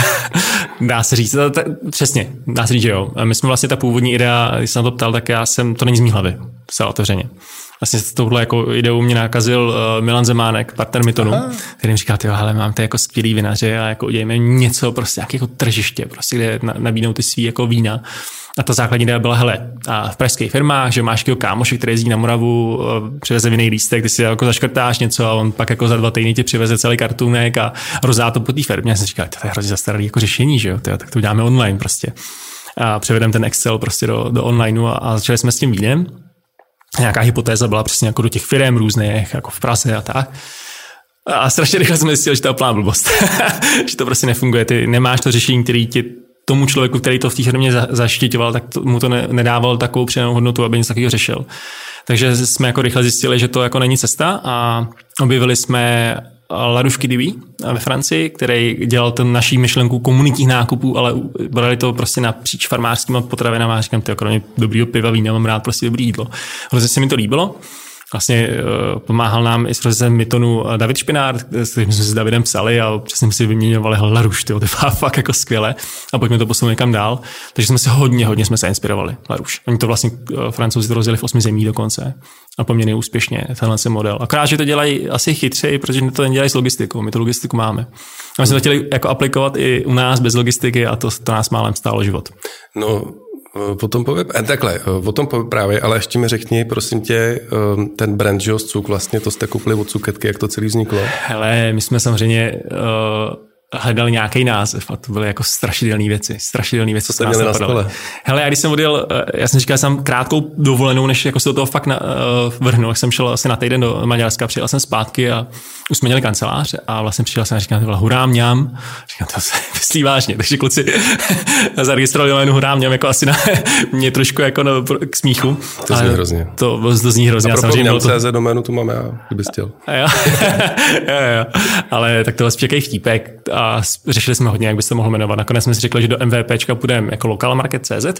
Dá se říct, to, to, přesně, dá se říct, že jo. My jsme vlastně ta původní idea, když jsem na to ptal, tak já jsem, to není z mý hlavy, zcela otevřeně. Vlastně touhle jako ideu mě nakazil uh, Milan Zemánek, partner Mytonu, který mi říkal, hele, mám tady jako skvělý vinaře a jako udělejme něco, prostě nějaké jako tržiště, prostě, kde nabídnou ty svý jako vína. A ta základní idea byla, hele, a v pražských firmách, že máš takového kámoše, který jezdí na Moravu, přiveze vinný lístek, ty si jako zaškrtáš něco a on pak jako za dva týdny ti přiveze celý kartůnek a rozdá to po té firmě. Já jsem říkal, to je hrozně zastaralý jako řešení, že jo, tyjo, tak to uděláme online prostě. A převedeme ten Excel prostě do, do onlineu a, a začali jsme s tím vínem. Nějaká hypotéza byla přesně jako do těch firem různých, jako v Praze a tak. A strašně rychle jsme zjistili, že to je plná blbost. Že to prostě nefunguje. Ty nemáš to řešení, který ti tomu člověku, který to v té firmě zaštiťoval, tak to, mu to ne, nedával takovou přidanou hodnotu, aby něco takového řešil. Takže jsme jako rychle zjistili, že to jako není cesta a objevili jsme Larouche Kidiví ve Francii, který dělal ten naší myšlenku komunitních nákupů, ale brali to prostě napříč farmářskými potravinami a říkám, tyjo, kromě dobrýho piva, vína, mám rád prostě dobrý jídlo. Hrozně se mi to líbilo. Vlastně uh, pomáhal nám i s procesem Mytonu David Špinár, s kterým jsme si s Davidem psali a přesně si vyměňovali Larouche, tyjo, to je fakt jako skvěle a pojďme to posunout někam dál. Takže jsme se hodně, hodně jsme se inspirovali Larouche. Oni to vlastně uh, Francouzi to rozdělili v osmi zemí dokonce a poměrně úspěšně tenhle model. Akorát, že to dělají asi chytřeji, protože to nedělají s logistikou, my tu logistiku máme. A my jsme to chtěli jako aplikovat i u nás bez logistiky a to, to nás málem stálo život. No, potom pově, takhle, o tom pově právě, ale ještě mi řekni, prosím tě, ten brand Joss Cuk, vlastně to jste koupili od Cuketky, jak to celý vzniklo? Hele, my jsme samozřejmě uh, hledali nějaký název a to byly jako strašidelné věci, strašidelné věci, co jste měli na stole? Hele, já když jsem odjel, já jsem říkal, že jsem krátkou dovolenou, než jako se do toho fakt na, uh, vrhnul, jak jsem šel asi na týden do Maďarska, přijel jsem zpátky a už jsme měli kancelář a vlastně přišel jsem a říkal, tyhle, hurá mňam, říkám, to se myslí vážně, takže kluci zaregistrovali doménu hurá mňam, jako asi na mě trošku jako na, k smíchu. To zní hrozně. To, to zní hrozně. A pro mňam C Z doménu tu mám já, kdybys chtěl. jo, jo, jo, ale tak tohle spíš vtípek a řešili jsme hodně, jak by se to mohlo jmenovat. Nakonec jsme si řekli, že do MVPčka půjdeme jako Local Market tečka cé zet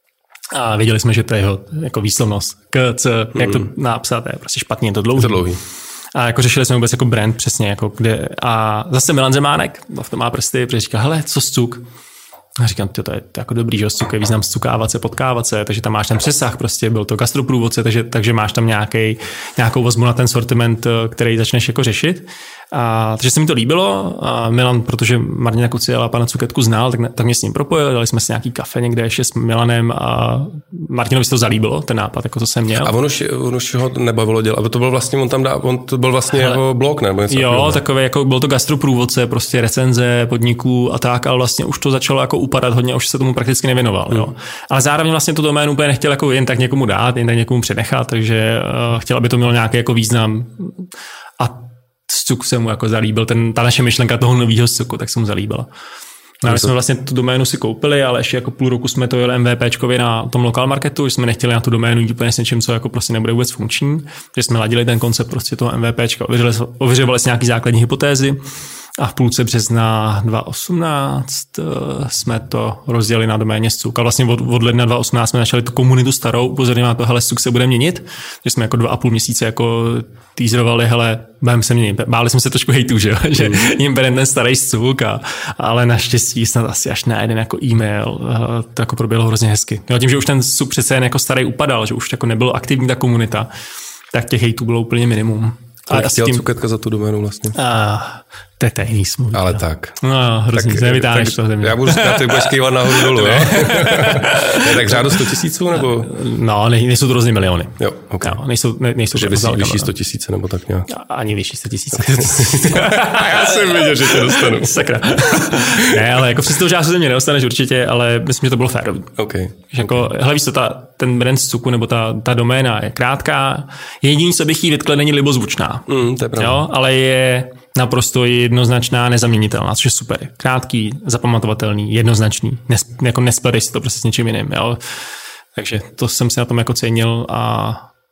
a věděli jsme, že to je jeho jako výslovnost. K, C, mm. jak to napsat, je prostě špatně, je to dlouhý. To dlouhý. A jako řešili jsme vůbec jako brand přesně, jako kde, a zase Milan Zemánek, v tom má prsty, protože říká, hele, co Cuk? A říkám, to je, to je jako dobrý, že Cuk je význam stukávat se, potkávat se, takže tam máš ten přesah, prostě byl to gastroprůvodce, takže, takže máš tam nějaký, nějakou vazbu na ten sortiment, který začneš jako řešit. A, takže se mi to líbilo a Milan, protože Martina Kuciela pana Cuketku znal, tak, tak mě s ním propojil, dali jsme si nějaký kafe někde ještě s Milanem a Martinovi se to zalíbilo, ten nápad, jako to jsem měl. A on už, on už ho nebavilo dělat, to byl vlastně, on tam dá, on to byl vlastně Hele, jeho blog, nebo něco. Jo, takové, jako byl to gastroprůvodce, prostě recenze podniků a tak, ale vlastně už to začalo jako upadat hodně, už se tomu prakticky nevěnoval. Hmm. Jo. Ale zároveň vlastně tu doménu úplně nechtěl jako jen tak někomu dát, jen tak někomu přenechat, takže uh, chtěl, aby to mělo nějaký jako význam. A Cuk se mu jako zalíbil, ten, ta naše myšlenka toho nového Cuku, tak se mu zalíbila. No, my jsme vlastně tu doménu si koupili, ale ještě jako půl roku jsme to jeli MVPčkovi na tom local marketu, že jsme nechtěli na tu doménu jít úplně s něčím, co jako prostě nebude vůbec funkční, že jsme ladili ten koncept prostě toho MVPčka, ověřovali, ověřovali si nějaký základní hypotézy a v půlce března dva tisíce osmnáct jsme to rozdělili na doméně Scuk. A vlastně od, od ledna dva tisíce osmnáct jsme začali tu komunitu starou, upozorňovat na to, hele, Scuk se bude měnit, že jsme jako dva a půl měsíce jako teaserovali, hele, budeme se měnit. Báli jsme se trošku hejtu, že, mm. že jim bere ten starý Scuk, a, ale naštěstí snad asi až na jeden jako e-mail to jako proběhlo hrozně hezky. Jo, tím, že už ten Scuk přece jen jako starý upadal, že už jako nebylo aktivní ta komunita, tak těch hejtů bylo úplně minimum. A chtěl tím... Cuketka za tu doménu vlastně? A, to je tajný smůj. Ale tak. No, hrozně, tak, nevytáhneš to země. Já budu říkat, ty budeš kývat nahoru dolů, jo? Je tak řádu sto tisíců, nebo? No, ne, nejsou to různý miliony. Jo, ok. No, nejsou, ne, nejsou že vyšší, vyšší sto tisíce, nebo tak nějak. Ani vyšší sto tisíce. Já jsem věděl, že tě dostanu. Sakra. Ne, ale jako přes toho částu země nedostaneš určitě, ale myslím, že to bylo férový. Ok. Jako, hele, víš co, ta, ten brand Scuku, nebo ta, ta doména je krátká. Jediný, co bych jí vytkl, není libozvučná. Mm, to je pravda. Jo, ale je naprosto jednoznačná, nezaměnitelná, což je super. Krátký, zapamatovatelný, jednoznačný. Nes, jako nespletej si to prostě s něčím jiným. Jo? Takže to jsem si na tom jako cenil a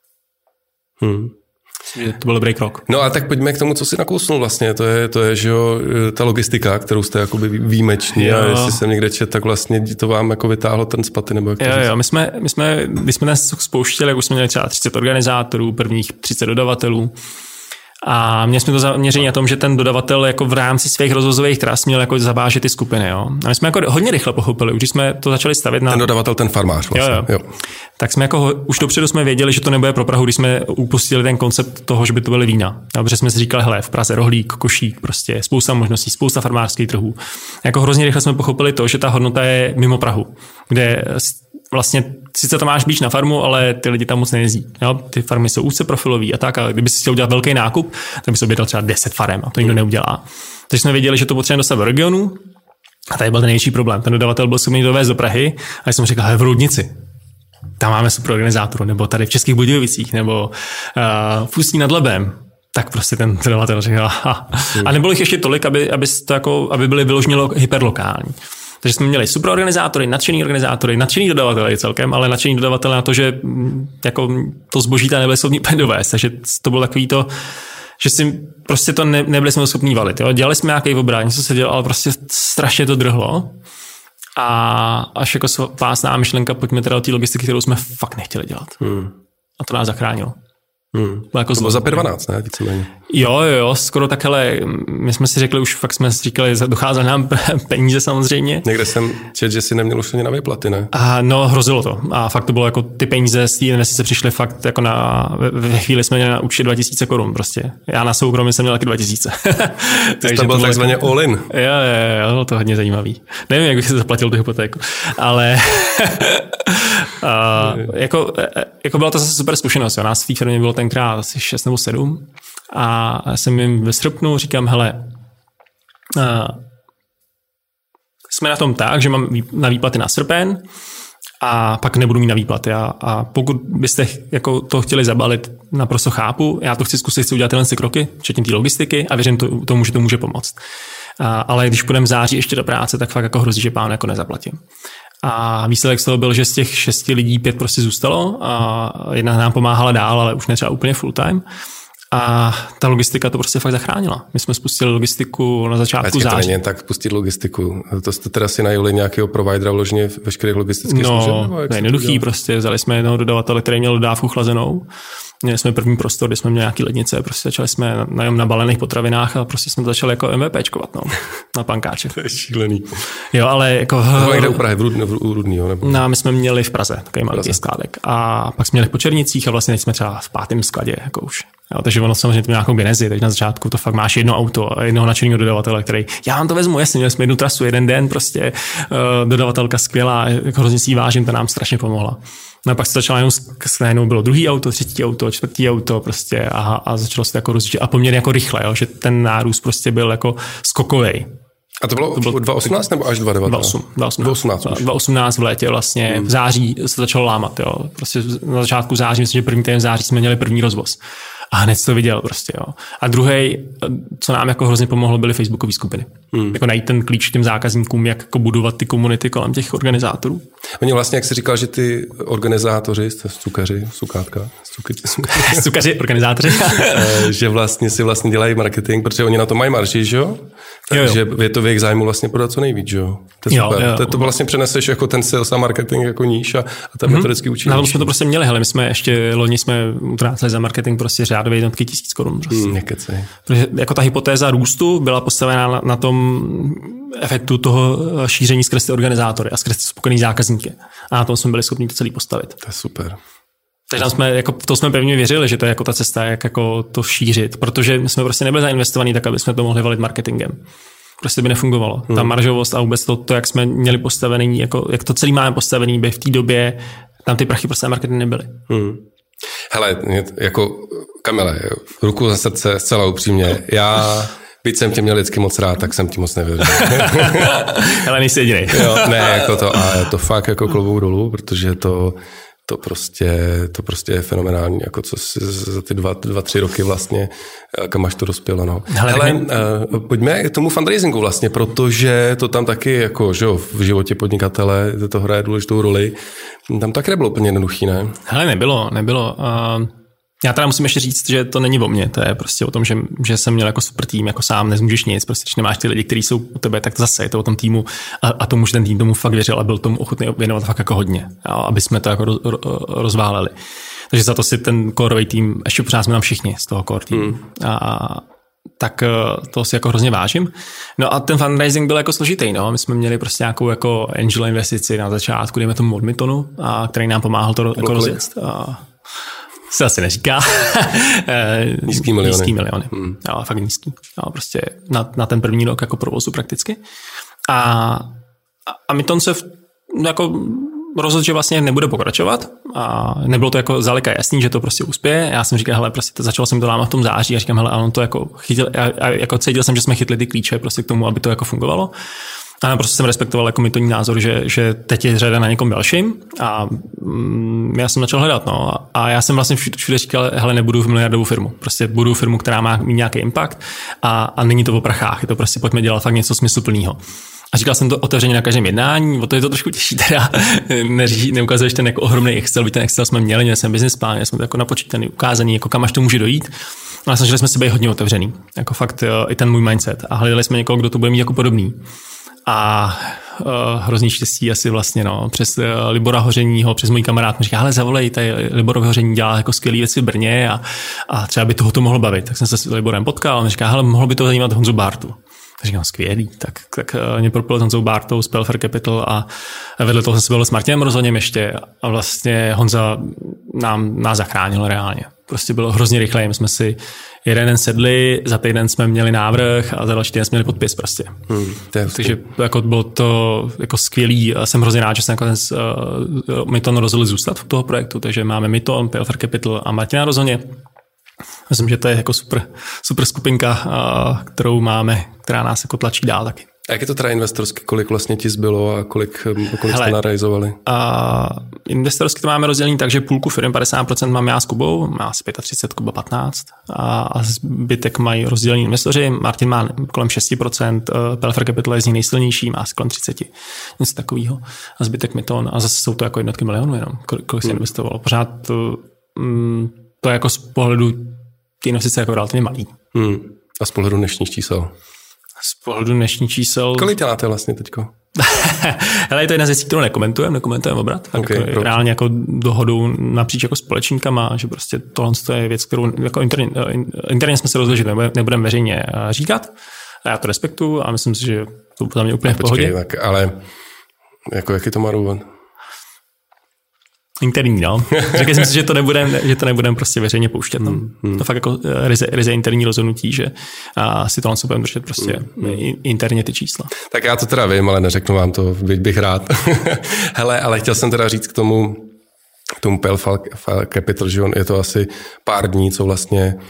hmm. to byl dobrý krok. No a tak pojďme k tomu, co jsi nakousnul vlastně. To je, to je že jo, ta logistika, kterou jste jakoby výjimeční. Jo. A jestli jsem někde čet, tak vlastně to vám jako vytáhlo ten spaty, nebo jak to jo, říct? Jo, my jsme, my jsme, když jsme nás spouštěli, jak už jsme měli třeba třicet organizátorů, prvních třicet dodavatelů, a měli jsme to zaměření na tom, že ten dodavatel jako v rámci svých rozvozových tras měl jako zabážet ty skupiny. Jo? A my jsme jako hodně rychle pochopili, když jsme to začali stavět na... Ten dodavatel, ten farmář vlastně. Jo, jo. Jo. Tak jsme jako už dopředu jsme věděli, že to nebude pro Prahu, když jsme upustili ten koncept toho, že by to byly vína. Jo, protože jsme si říkali, hele, v Praze rohlík, košík, prostě spousta možností, spousta farmářských trhů. Jako hrozně rychle jsme pochopili to, že ta hodnota je mimo Prahu, kde vlastně sice to máš blíž na farmu, ale ty lidi tam moc nejezdí. Jo? Ty farmy jsou úzce profilový a tak, a kdyby si chtěl udělat velký nákup, tak by si objednal třeba deset farem a to nikdo neudělá. Takže jsme věděli, že to potřebujeme dostat do regionu a tady byl ten největší problém. Ten dodavatel byl schopný dovést do Prahy a jsem řekl, hele, v Roudnici, tam máme super organizátoru, nebo tady v Českých Budějovicích, nebo uh, v Ústí nad Labem. Tak prostě ten dodavatel řekl, aha. A nebylo jich ještě tolik, aby, aby, to jako, aby byly vyloženě hyperlokální. Takže jsme měli super organizátory, nadšený organizátory, nadšený dodavatele celkem, ale nadšený dodavatele na to, že jako to zboží ta nebyli schopni dovést. Takže to bylo takový to, že si prostě to ne, nebyli jsme schopní valit. Jo? Dělali jsme nějaký obrát, něco se dělalo, ale prostě strašně to drhlo. A až jako pásná myšlenka, pojďme teda do té logistiky, kterou jsme fakt nechtěli dělat. Hmm. A to nás zachránilo. Hmm. Jako to bylo za pět dvanáct, ne? Víceméně. Jo, jo, jo, skoro tak, hele, my jsme si řekli, už fakt jsme si říkali, docházely nám peníze samozřejmě. Někde jsem čet, že si neměl už ani na výplaty, ne? A no, hrozilo to. A fakt to bylo jako ty peníze z té investice přišly fakt jako na, ve chvíli jsme měli na účtě dva tisíce korun prostě. Já na soukromí jsem měl taky dva tisíce. Takže to byl takzvaně all in. Jo, jo, jo, to hodně zajímavý. Nevím, jak bych si zaplatil tu hypotéku, ale a, jako, jako byla to zase super zkušenost. Jo. Nás v té firmě bylo tenkrát asi šest nebo sedm. A já jsem jim ve srpnu říkám, hele, uh, jsme na tom tak, že mám na výplaty na srpen a pak nebudu mít na výplaty. A, a pokud byste jako to chtěli zabalit, naprosto chápu, já to chci zkusit, chci udělat tyhle kroky, včetně té logistiky a věřím to, tomu, že to může pomoct. A, ale když půjdeme v září ještě do práce, tak fakt jako hrozí, že pán jako nezaplatím. A výsledek z toho byl, že z těch šesti lidí pět prostě zůstalo a jedna nám pomáhala dál, ale už ne třeba úplně full time. A ta logistika to prostě fakt zachránila. My jsme spustili logistiku na začátku září. To není tak pustit logistiku. To jste teda si najeli nějakého providera vloženě veškerých logistických no, služeb? No, nejjednoduchý prostě. Vzali jsme jednoho dodavatele, který měl dodávku chlazenou. Měli jsme první prostor, kde jsme měli nějaký lednice. Prostě začali jsme na, na balených potravinách a prostě jsme začali jako MVPčkovat, no, na pankáče. To je šílený. Jo, ale jako... Nebo někde u Prahy, v, Rud, v Rudný, jo? Nebo... No, my jsme měli v Praze takový malý skládek. A pak jsme měli v Počernicích a vlastně teď jsme třeba v pátém skladě, jako už. Jo, takže ono samozřejmě to má nějakou genezi, takže na začátku to fakt máš jedno auto a jednoho nadšeného dodavatele, který, já vám to vezmu, jasně, měli jsme jednu trasu, jeden den, prostě uh, dodavatelka skvělá, jako hrozně si ji vážím, ta nám strašně pomohla. No a pak se začala jenom najednou bylo druhý auto, třetí auto, čtvrtý auto prostě a, a začalo se to jako rozjíždět a poměrně jako rychle, jo, že ten nárůst prostě byl jako skokovej. A to bylo, to bylo dva osmnáct nebo až dva devatenáct? dva osmnáct. dva osmnáct v létě vlastně, hmm. v září se začalo lámat, jo. Prostě na začátku září, myslím, že první týden v září jsme měli první rozvoz. A hned to viděl prostě, jo. A druhý, co nám jako hrozně pomohlo, byly facebookové skupiny. Hmm. Jako najít ten klíč těm zákazníkům, jak jako budovat ty komunity kolem těch organizátorů. Oni vlastně, jak jsi říkal, že ty organizátoři, jste cukaři, cukátka, cukaři, cukaři, organizátoři, že vlastně si vlastně dělají marketing, protože oni na to mají marži, že jo? Takže jo, jo. Je to v jejich zájmu vlastně prodat co nejvíc, že jo? To je super. Jo, jo. To, to vlastně přeneseš jako ten sales a marketing jako níž a, a ta metodicky učí. No, ale jsme to prostě měli, hele, my jsme ještě loni jsme utráceli za marketing prostě řádově jednotky tisíc korun. Prostě. Hmm, protože jako ta hypotéza růstu byla postavená na, na tom efektu toho šíření skrz ty organizátory a skrz ty spokojený zákazníky. A na tom jsme byli schopni to celý postavit. To je super. Takže jsme, jako, to jsme pevně věřili, že to je jako ta cesta, jak jako to šířit, protože my jsme prostě nebyli zainvestovaní tak, aby jsme to mohli valit marketingem. Prostě by nefungovalo. Hmm. Ta maržovost a vůbec to, to, jak jsme měli postavený, jako, jak to celý máme postavený, by v té době tam ty prachy prostě na marketing nebyly. Hmm. Hele, jako Kamile, ruku za srdce, zcela upřímně, já... Byť jsem tě měl vždycky moc rád, tak jsem ti moc nevěřil. Ale nejsi jedinej. Jo, ne, jako to, a je to fakt jako klobouk dolů, protože to, to prostě, to prostě je fenomenální, jako co si za ty dva, dva, tři roky vlastně, kam až to dospělo, no. Hele, Hele uh, pojďme k tomu fundraisingu vlastně, protože to tam taky, jako, že jo, v životě podnikatele to hraje důležitou roli. Tam taky nebylo úplně jednoduchý, ne? Hele, nebylo, nebylo. Uh... Já teda musím ještě říct, že to není o mně, to je prostě o tom, že, že jsem měl jako super tým, jako sám nezmůžeš nic, prostě když nemáš ty lidi, kteří jsou u tebe, tak to zase je to o tom týmu a, a tomu, že ten tým tomu fakt věřil a byl tomu ochotný věnovat fakt jako hodně, jo, aby jsme to jako roz, rozváleli. Takže za to si ten coreový tým, ještě pořád jsme tam všichni z toho core týmu. Hmm. A, tak to si jako hrozně vážím. No a ten fundraising byl jako složitý, no. My jsme měli prostě nějakou jako angel investici na začátku, dejme tomu od Mytonu, a který nám pomáhal to jako rozjet. A se asi neříká. Nízký miliony. Nízký miliony. Hmm. Jo, fakt nízký. Jo, prostě na, na ten první rok jako provozu prakticky. A, a Myton se v, jako rozhodl, že vlastně nebude pokračovat a nebylo to jako zdaleka jasný, že to prostě uspěje. Já jsem říkal, hele, prostě to, začal jsem to lámat v tom září a říkám, hele, ano, to jako chytil, a, a jako cítil jsem, že jsme chytli ty klíče prostě k tomu, aby to jako fungovalo. A prostě jsem respektoval jako Mytonní názor, že, že teď je řada na někom dalším a mm, já jsem začal hledat, no. A já jsem vlastně všude, všude říkal, hele, nebudu v miliardovou firmu. Prostě budu firmu, která má mít nějaký impact a, a není to o prachách, je to prostě pojďme dělat fakt něco smysluplného. A říkal jsem to otevřeně na každém jednání, o to je to trošku těžší teda, Neří, neukazuješ ten jako ohromný Excel, byť ten Excel jsme měli, měli jsme business plán, měli jsme to jako napočítaný, ukázaný, jako kam až to může dojít. Ale snažili jsme se být hodně otevřený, jako fakt i ten můj mindset a hledali jsme někoho, kdo to bude mít jako podobný. A uh, hrozný štěstí asi vlastně, no, přes uh, Libora Hořeního, přes můj kamarád mi říká, hele, zavolej, tady Libor Hoření dělá jako skvělý věci v Brně a, a třeba by toho to mohlo bavit. Tak jsem se s Liborem potkal a on říká, hele, mohlo by to zajímat Honzu Bártu. Tak říkám, skvělý, tak, tak uh, mě propil s Honzou Bártou z Pelfer Capital a vedle toho jsem se byl s Martinem Rozhodněm ještě a vlastně Honza nám, nás zachránil reálně. Prostě bylo hrozně rychle, my jsme si jeden den sedli, za týden jsme měli návrh a za další týden jsme měli podpis prostě. Hmm, Takže jako bylo to jako skvělý a jsem hrozně rád, že jsem nakonec uh, Myton rozhodli zůstat v toho projektu, takže máme Myton, Pelfer Capital a Martina Rozhodně. Myslím, že to je jako super, super skupinka, uh, kterou máme, která nás jako tlačí dál taky. A jak je to teda investorsky, kolik vlastně ti zbylo a kolik, kolik jste narealizovali? A investorsky to máme rozdělený tak, že půlku firmy padesát procent mám já s Kubou, má asi třicet pět, Kuba patnáct a, a zbytek mají rozdělený investoři. Martin má kolem šest procent, Pelfer Capital je z ní nejsilnější, má asi kolem třicet procent, něco takového. A zbytek Myton a zase jsou to jako jednotky milionů jenom, kolik, kolik se hmm. investovalo. Pořád to, mm, to je jako z pohledu ty investice jako relativně malý. Hmm. A z pohledu dnešních čísel? Z pohledu dnešní čísel... Kolik děláte vlastně teďko? Hele, je to jedna z věcí, kterou nekomentujeme, nekomentujeme obrat. Okay, jako reálně jako dohodu napříč jako společníkama, že prostě tohle je věc, kterou jako interně, interně jsme se rozhodli, že nebudeme veřejně říkat. A já to respektuju a myslím si, že to za mě úplně v pohodě. Počkej, tak, ale jako jaký to má důvod? Interní, no. Řekl jsem si, že to nebudeme, že to nebudeme prostě veřejně pouštět. Hmm, hmm. To fakt jako ryze, ryze interní rozhodnutí, že a si tohle se budeme držet prostě hmm. interně ty čísla. Tak já to teda vím, ale neřeknu vám to, byť bych rád. Hele, ale chtěl jsem teda říct k tomu, k tomu Pelfer Capital, že on je to asi pár dní, co vlastně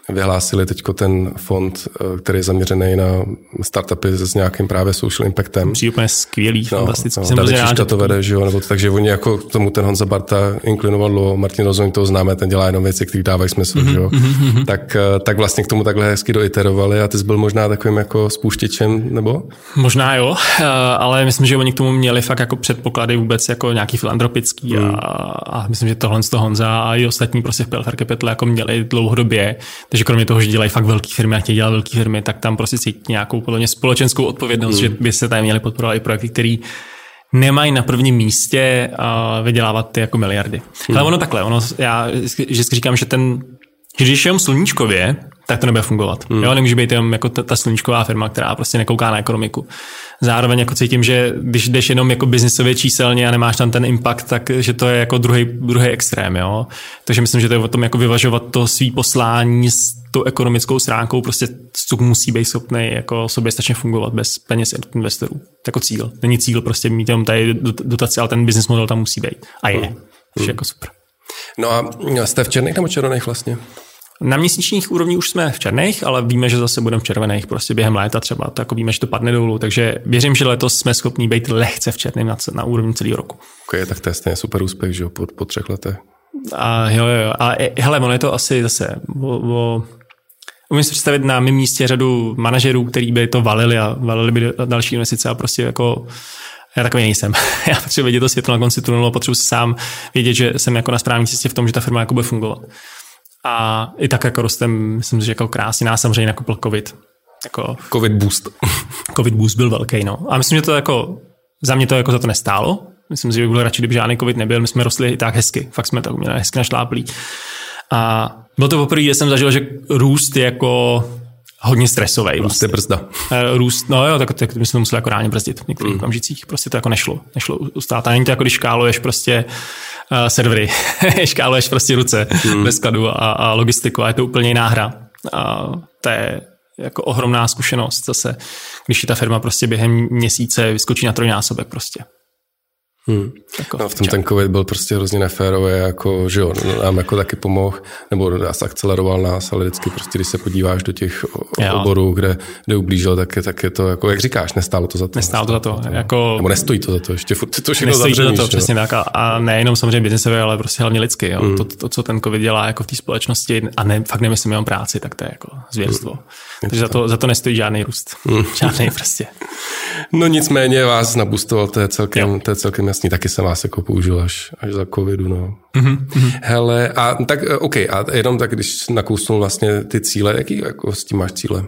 vyhlásili teďko ten fond, který je zaměřený na startupy s nějakým právě social impactem. Přijde úplně skvělý, no, fantastický. No, David Čižka to vede, že jo, nebo to, takže oni jako tomu ten Honza Barta inklinoval dlouho, Martin Rozoň toho známe, ten dělá jenom věci, které dávají smysl, mm-hmm, že jo. Mm-hmm. Tak, tak vlastně k tomu takhle hezky doiterovali a ty jsi byl možná takovým jako spouštěčem, nebo? Možná jo, ale myslím, že oni k tomu měli fakt jako předpoklady vůbec jako nějaký filantropický mm. a, a myslím, že tohle z toho Honza a i ostatní prostě v P L F R Capital jako měli dlouhodobě. Takže kromě toho, že dělají fakt velké firmy a chtějí dělat velké firmy, tak tam prostě cítí nějakou podle mě společenskou odpovědnost, mm. že by se tady měli podporovat i projekty, které nemají na prvním místě a vydělávat ty jako miliardy. Mm. Ale ono takhle, ono, já vždycky říkám, že ten, že když je jen sluníčkově, tak to nebude fungovat. Mm. Jo, nemůže být jenom jako ta, ta sluníčková firma, která prostě nekouká na ekonomiku. Zároveň jako cítím, že když jdeš jenom jako biznisově číselně a nemáš tam ten impact, tak že to je jako druhý, druhý extrém. Jo? Takže myslím, že to je o tom jako vyvažovat to svý poslání s tou ekonomickou stránkou, prostě co musí být schopný jako soběstačně fungovat bez peněz investorů. Jako cíl. Není cíl prostě mít jenom tady dotaci, ale ten business model tam musí být. A je. Mm. To je jako super. No a jste v černých nebo červených vlastně? Na měsíčních úrovních už jsme v černých, ale víme, že zase budeme v červených prostě během léta třeba. To jako víme, že to padne dolů, takže věřím, že letos jsme schopní být lehce v černém na, na úrovni celého roku. Ok, tak to je stejně super úspěch, že jo, po, po třech letech. A jo, jo, a hele, ono je to asi zase o, o umím si představit na mém místě řadu manažerů, kteří by to valili a valili by další investice a prostě jako já takový nejsem. Já potřebuji vidět to světlo na konci tunelu a potřebuji si sám vědět, že jsem jako na správné cestě v tom, že ta firma jako bude fungovat. A i tak jako rostem, myslím, že jako krásně nás samozřejmě nakupil covid. Jako covid boost. Covid boost byl velký, no. A myslím, že to jako, za mě to jako za to nestálo. Myslím, že by bylo radši, kdyby žádný covid nebyl. My jsme rostli i tak hezky. Fakt jsme to měli hezky našláplý. A bylo to poprvé, že jsem zažil, že růst je jako hodně stresový. Růst vlastně. Je brzda. Růst, no jo, tak, tak my jsme museli jako reálně brzdit v některých mm. okamžicích. Prostě to jako nešlo. Nešlo ustát. A není to jako, když škáluješ prostě uh, servery, škáluješ prostě ruce mm. bez skladu a, a logistiku a je to úplně jiná hra. A to je jako ohromná zkušenost zase, když ta firma prostě během měsíce vyskočí na trojnásobek prostě. Hmm. Jako, no, v tom ten covid byl prostě hrozně neférový, jako, že jo, nám jako taky pomohl, nebo nás akceleroval nás, ale vždycky prostě, když se podíváš do těch jo. oborů, kde, kde ublížil, tak je, tak je to, jako, jak říkáš, nestálo to za to. Nestálo to za to. Jako, nebo nestojí to za to, ještě furt to všechno nestojí zavřený. to za to, přesně tak. A, a nejenom samozřejmě biznesově, ale prostě hlavně lidsky. Jo. Hmm. To, to, co ten covid dělá jako v té společnosti, a ne, fakt nemyslím jenom práci, tak to je jako zvěrstvo. Hmm. Takže za to, za to nestojí žádný růst. Hmm. Žádný prostě. No nicméně vás nabustoval, to je celkem, to je celkem jasný, taky jsem vás jako použil až, až za covidu, no. Mm-hmm. Hele, a tak OK, a jenom tak, když nakousnul vlastně ty cíle, jaký jako s tím máš cíle?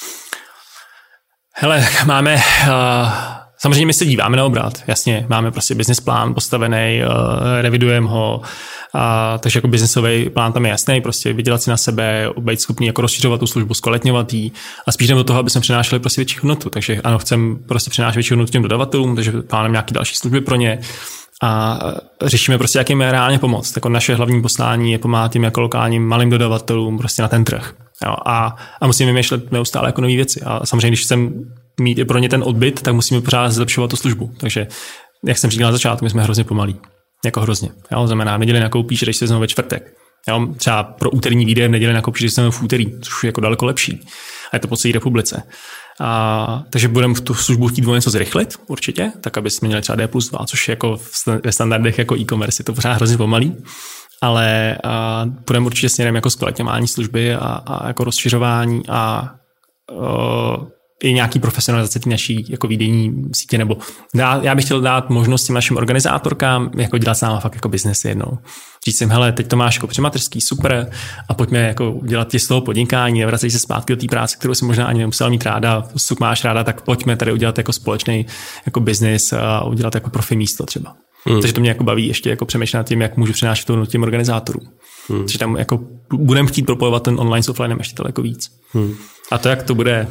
Hele, máme, uh, samozřejmě my se díváme na obrat, jasně, máme prostě business plán postavený, uh, revidujeme ho, uh, takže jako businessový plán tam je jasný, prostě vydělat si na sebe, být schopný jako rozšiřovat tu službu, zkvalitňovat ji a spíš jdeme do toho, aby jsme přinášeli prostě větší hodnotu, takže ano, chceme prostě přinášet větší hodnotu těm dodavatelům, takže plánujeme nějaké další služby pro ně a řešíme prostě, jak jim reálně pomoct. Jako naše hlavní poslání je pomáhat jim jako lokálním malým dodavatelům prostě na ten trh. Jo, a, a musíme vymýšlet neustále jako nové věci. A samozřejmě, když chceme mít i pro ně ten odbyt, tak musíme pořád zlepšovat tu službu. Takže, jak jsem říkal na začátku, my jsme hrozně pomalí. Jako hrozně. Jo, znamená, v neděli nakoupíš, když se znovu ve čtvrtek. Jo, třeba pro úterní výdej v neděli nakoupíš, když se v úterý, což je jako daleko lepší. A je to po celé republice. A, takže budeme tu službu chtít něco zrychlit, určitě, tak aby jsme měli třeba D plus dva, což je jako ve standardech jako e-commerce, je to pořád hrozně pomalý. Ale budeme určitě směrem jako zkvalitňování služby a, a jako rozšiřování a o, i nějaký profesionalizace té naší jako výdejní sítě, nebo dá, já bych chtěl dát možnost těm našim organizátorkám jako dělat s náma fakt jako business jednou. Říct jim, hele, teď to máš jako přemateřský, super, a pojďme jako dělat ti z toho podnikání, nevracej se zpátky do té práce, kterou si možná ani nemusel mít ráda, suk máš ráda, tak pojďme tady udělat jako společný jako business a udělat jako profi místo třeba. Hmm. Takže to mě jako baví ještě jako přemýšlet nad tím, jak můžu přinášet to těm organizátorům. Hmm. Takže tam jako budeme chtít propojovat ten online s offlinem ještě daleko víc. Hmm. A to, jak to bude.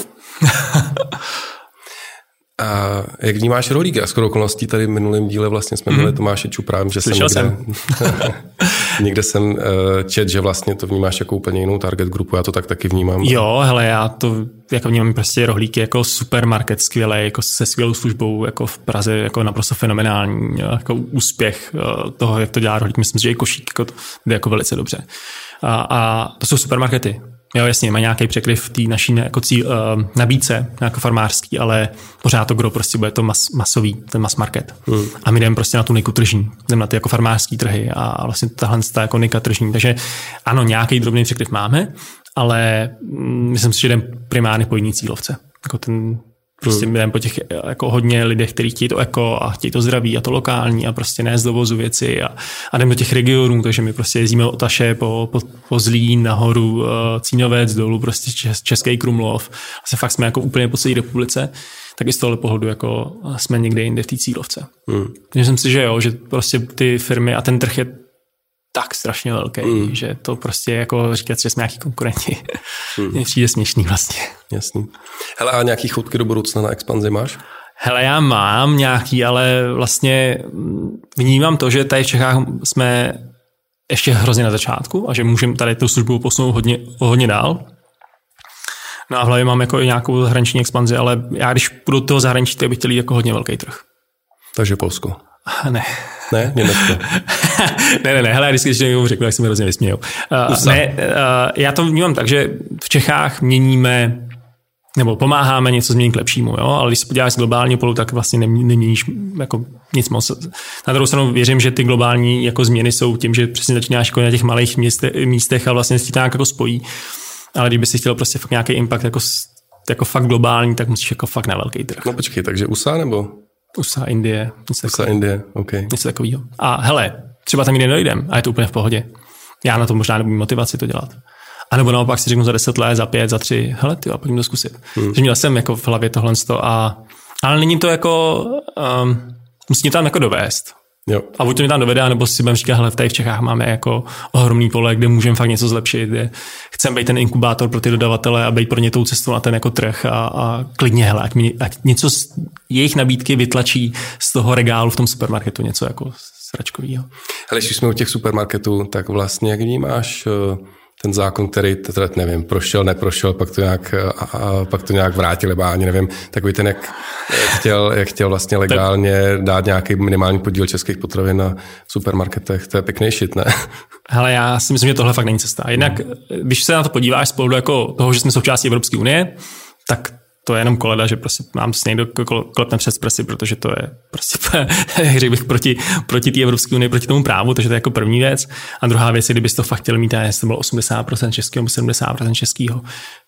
A jak vnímáš rolíky? A skoro okolností tady v minulém díle vlastně jsme měli mm-hmm. Tomáše Čupra, že Slyšel jsem někde, jsem. někde jsem uh, čet, že vlastně to vnímáš jako úplně jinou target grupu, já to tak taky vnímám. Jo, hele, já to jako vnímám prostě rohlíky jako supermarket skvělý, jako se skvělou službou, jako v Praze, jako naprosto fenomenální, jako úspěch toho, jak to dělá rohlík. Myslím, že i Košík jako to jde jako velice dobře. A, a to jsou supermarkety. Jo, jasně, má nějaký překryv té naší jako cíl, uh, nabídce, jako farmářský, ale pořád to gro prostě bude to mas, masový, ten mass market. Hmm. A my jdeme prostě na tu niku tržní, jdeme na ty jako farmářský trhy a vlastně tahle ta jako nika tržní. Takže ano, nějaký drobný překryv máme, ale myslím si, že jdeme primárně po jiný cílovce. Jako ten Prostě jdeme po těch jako hodně lidech, kteří chtějí to eko a chtějí to zdraví a to lokální a prostě ne z dovozu věci a, a jdeme do těch regionů, takže my prostě jezdíme od Taše po, po, po Zlín nahoru, uh, Cínovec dolů, prostě čes, Český Krumlov. Asi fakt jsme jako úplně po celé republice, tak i z tohohle pohledu jako jsme někde jinde v té cílovce. Hmm. Takže myslím si, že jo, že prostě ty firmy a ten trh je tak strašně velký, mm. že to prostě jako říkat, že jsme nějaký konkurenti. Mm. Mně přijde směšný vlastně. Jasný. Hele, a nějaký choutky do budoucna na expanzi máš? Hele, já mám nějaký, ale vlastně vnímám to, že tady v Čechách jsme ještě hrozně na začátku a že můžeme tady tu službu posunout hodně, hodně dál. No a v hlavě mám jako i nějakou zahraniční expanzi, ale já když půjdu do toho zahraničí, tak bych chtěl jít jako hodně velký trh. Takže Polsko. Ne. Ne, Německo. ne, ne, ne, hele, vždycky, když někdo řekl, tak se mi hrozně vysmějou. Uh, ne, uh, já to vnímám tak, že v Čechách měníme, nebo pomáháme něco změnit k lepšímu, jo? Ale když se podíváš z globálního polu, tak vlastně neměníš jako nic moc. Na druhou stranu věřím, že ty globální jako změny jsou tím, že přesně začínáš jako na těch malých místech, místech a vlastně si to nějak jako spojí. Ale kdyby si chtěl prostě fakt nějaký impact jako, jako fakt globální, tak musíš jako fakt na velký trh. No počkej, takže U S A nebo? U S A, Indie. U S A, Indie, OK. Něco takového. A hele, třeba tam někde nedojdem a je to úplně v pohodě. Já na to možná nebudu motivaci to dělat. A nebo naopak si řeknu za deset let, za pět, za tři, hele, ty, pojďme to zkusit. Hmm. Takže měl jsem jako v hlavě tohle a ale není to jako, um, musí tam jako dovést. Jo. A buď to mě tam dovede, nebo si budeme říkat, hele, tady v Čechách máme jako ohromný pole, kde můžeme fakt něco zlepšit, kde chceme být ten inkubátor pro ty dodavatele a být pro ně tou cestou na ten jako trh a, a klidně, hele, ať, mě, ať něco z jejich nabídky vytlačí z toho regálu v tom supermarketu, něco jako sračkovýho. Hele, když jsme u těch supermarketů, tak vlastně jak vnímáš ten zákon, který, teda nevím, prošel, neprošel, pak to nějak, a, a pak to nějak vrátili, nebo ani nevím, takový ten, jak, jak, chtěl, jak chtěl vlastně legálně dát nějaký minimální podíl českých potravin na supermarketech, to je pěkný shit, ne? Hele, já si myslím, že tohle fakt není cesta. Jinak, když se na to podíváš z pohledu jako toho, že jsme součástí Evropské unie, tak to je jenom koleda, že prostě mám s někdo klepne přes prsy, protože to je prostě, řekl bych, proti, proti té Evropské unii, proti tomu právu, takže to je jako první věc. A druhá věc je, kdybys to fakt chtěl mít, a jestli to bylo osmdesát procent českého nebo sedmdesát procent českého.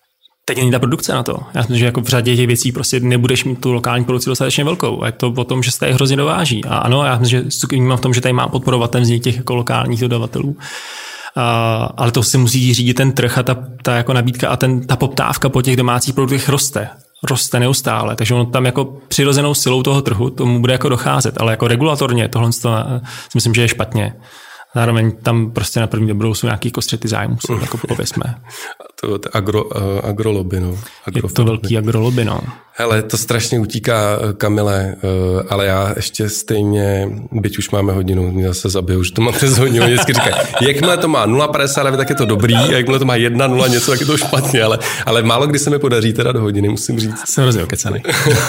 Teď není ta produkce na to. Já myslím, že jako v řadě těch věcí prostě nebudeš mít tu lokální produkci dostatečně velkou. A je to o tom, že se tady hrozně dováží. A ano, já myslím, že vnímám v tom, že tady má podporovat ten vznik těch jako lokálních dodavatelů. Uh, ale to si musí řídit ten trh a ta, ta jako nabídka a ten, ta poptávka po těch domácích produktech roste. Roste neustále, takže on tam jako přirozenou silou toho trhu tomu bude jako docházet, ale jako regulatorně tohle to, si myslím, že je špatně. Zároveň tam prostě na první dobrou jsou nějaký kostřety zájmu, jsou jako pověsme. To je agro, uh, agrolobby, no. Je to velký agrolobby, no. Hele, to strašně utíká, Kamile, uh, ale já ještě stejně, byť už máme hodinu, mě zase zabiju, už to máte z hodinu, vždycky říkají, jakmile to má nula celá padesát devět, tak je to dobrý, a jakmile to má jedna nula něco, tak je to špatně, ale, ale málo kdy se mi podaří teda do hodiny, musím říct. Jsem hrozně okecaný.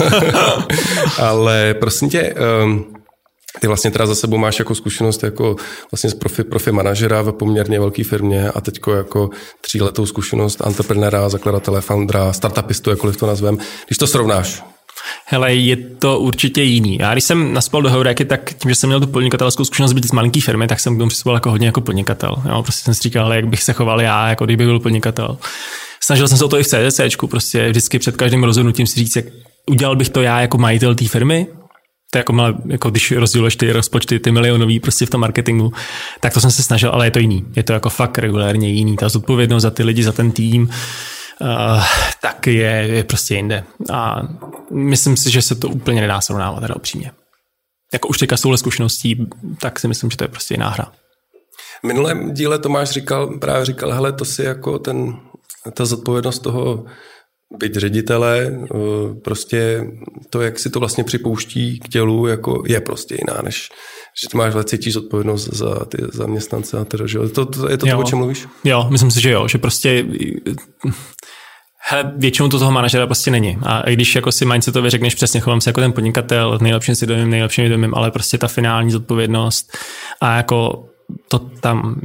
Ale prosím tě, um, ty vlastně teda za sebou máš jako zkušenost jako vlastně z profi, profi manažera v poměrně velké firmě a teďko jako tříletou zkušenost entreprenera, zakladatele, foundera, startupistu, jakkoliv to nazvem. Když to srovnáš? Hele, je to určitě jiný. Já když jsem naspal do Heuréky, tak tím, že jsem měl tu podnikatelskou zkušenost být z malinké firmy, tak jsem k tomu přistupoval jako hodně jako podnikatel. Jo, prostě jsem si říkal, jak bych se choval já, jako kdybych byl podnikatel. Snažil jsem se o to i v CDCčku, prostě vždycky před každým rozhodnutím si říct, jak udělal bych to já jako majitel té firmy. To je jako, malé, jako když rozděluješ ty rozpočty, ty milionový prostě v tom marketingu, tak to jsem se snažil, ale je to jiný. Je to jako fakt regulárně jiný. Ta zodpovědnost za ty lidi, za ten tým, uh, tak je, je prostě jinde. A myslím si, že se to úplně nedá srovnávat, teda upřímně. Jako už teďka s touhle zkušeností, tak si myslím, že to je prostě jiná hra. V minulém díle Tomáš říkal, právě říkal, hele, to si jako ten, ta zodpovědnost toho být ředitele, prostě to, jak si to vlastně připouští k tělu, jako je prostě jiná, než že ty máš cítíš odpovědnost za ty zaměstnance a teda, že to, to, je to, to, o čem mluvíš? Jo, myslím si, že jo, že prostě hele, většinou to toho manažera prostě není. A i když jako si mindsetově řekneš přesně, chovám se jako ten podnikatel, nejlepším si domím, nejlepším domím, ale prostě ta finální zodpovědnost a jako to tam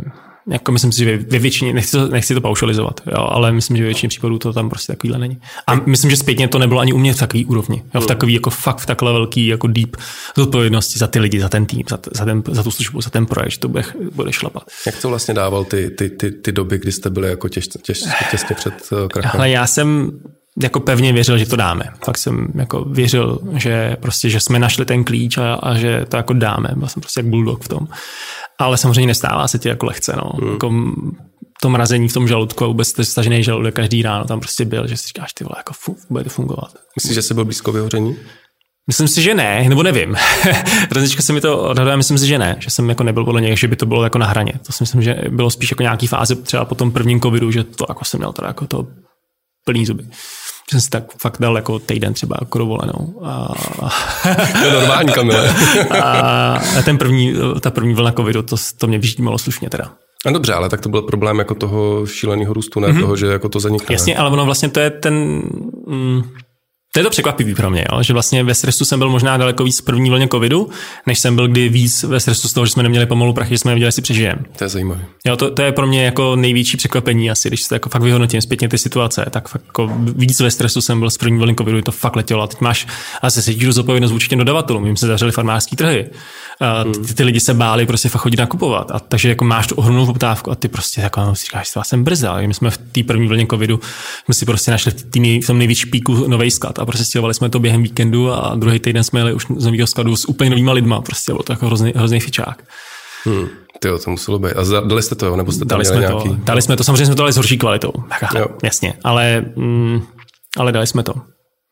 Jako myslím si, že ve většině, nechci to, nechci to paušalizovat, jo, ale myslím, že ve většině případů to tam prostě takovýhle není. A myslím, že zpětně to nebylo ani u mě v takový úrovni. Jo, v takový jako fakt v takhle velký jako deep zodpovědnosti za ty lidi, za ten tým, za, za, ten, za tu službu, za ten projekt, že to bude, bude šlapat. Jak to vlastně dával ty, ty, ty, ty doby, kdy jste byli jako těž, těž, těsně před uh, krachem? Ale já jsem jako pevně věřil, že to dáme. Fakt jsem jako věřil, že prostě, že jsme našli ten klíč a, a že to jako dáme. Byl jsem prostě jak bulldog v tom. Ale samozřejmě nestává se ti jako lehce, no. Hmm. Jako to mrazení v tom žaludku a vůbec ten stažený žaludek každý ráno tam prostě byl, že si říkáš, ty vole, jako fu, bude to fungovat. Myslíš, že jsi byl blízko vyhoření? Myslím si, že ne, nebo nevím. Hrozněčka se mi to odhaduje, myslím si, že ne, že jsem jako nebyl podle něj, že by to bylo jako na hraně. To si myslím, že bylo spíš jako nějaký fáze třeba po tom prvním covidu, že to jako jsem měl teda jako to plný zuby. Že jsem si tak fakt dal jako týden třeba jako dovolenou. A... To je normální, Kamile. A ten první, ta první vlna covidu, to, to mě vyždímalo slušně teda. A dobře, ale tak to byl problém jako toho šíleného růstu, ne mm-hmm. toho, že jako to zanikne. Jasně, ale ono vlastně to je ten... Mm, to je to překvapivý pro mě, jo? Že vlastně ve stresu jsem byl možná daleko víc v první vlně covidu, než jsem byl kdy víc ve stresu z toho, že jsme neměli pomalu prachy, že jsme nevěděli, jestli přežijeme. To je zajímavé. Jo, to, to je pro mě jako největší překvapení asi, když se jako fakt vyhodnotím zpětně ty situace, tak fakt jako víc ve stresu jsem byl z první vlny covidu, to fakt letělo. A teď máš asi se zodpovědnost vůči těm dodavatelům, jim se zavřely farmářské trhy. A ty, ty, ty lidi se báli prostě fakt chodit nakupovat. A takže jako máš tu ohromnou poptávku a ty prostě jako no, si říkáš, já jsem brza. My jsme v té první vlně covidu jsme si prostě našli v, tý, v tom největší píku nový sklad a prostě stěhovali jsme to během víkendu a druhý týden jsme jeli už z nového skladu s úplně novýma lidma. Prostě bylo to jako hrozný, hrozný fičák. Hmm. Tyjo, to muselo být. A dali jste to, nebo jste dali jsme nějaký? To, dali jsme to, samozřejmě jsme to dali s horší kvalitou. Aha, jasně, ale, mm, ale dali jsme to.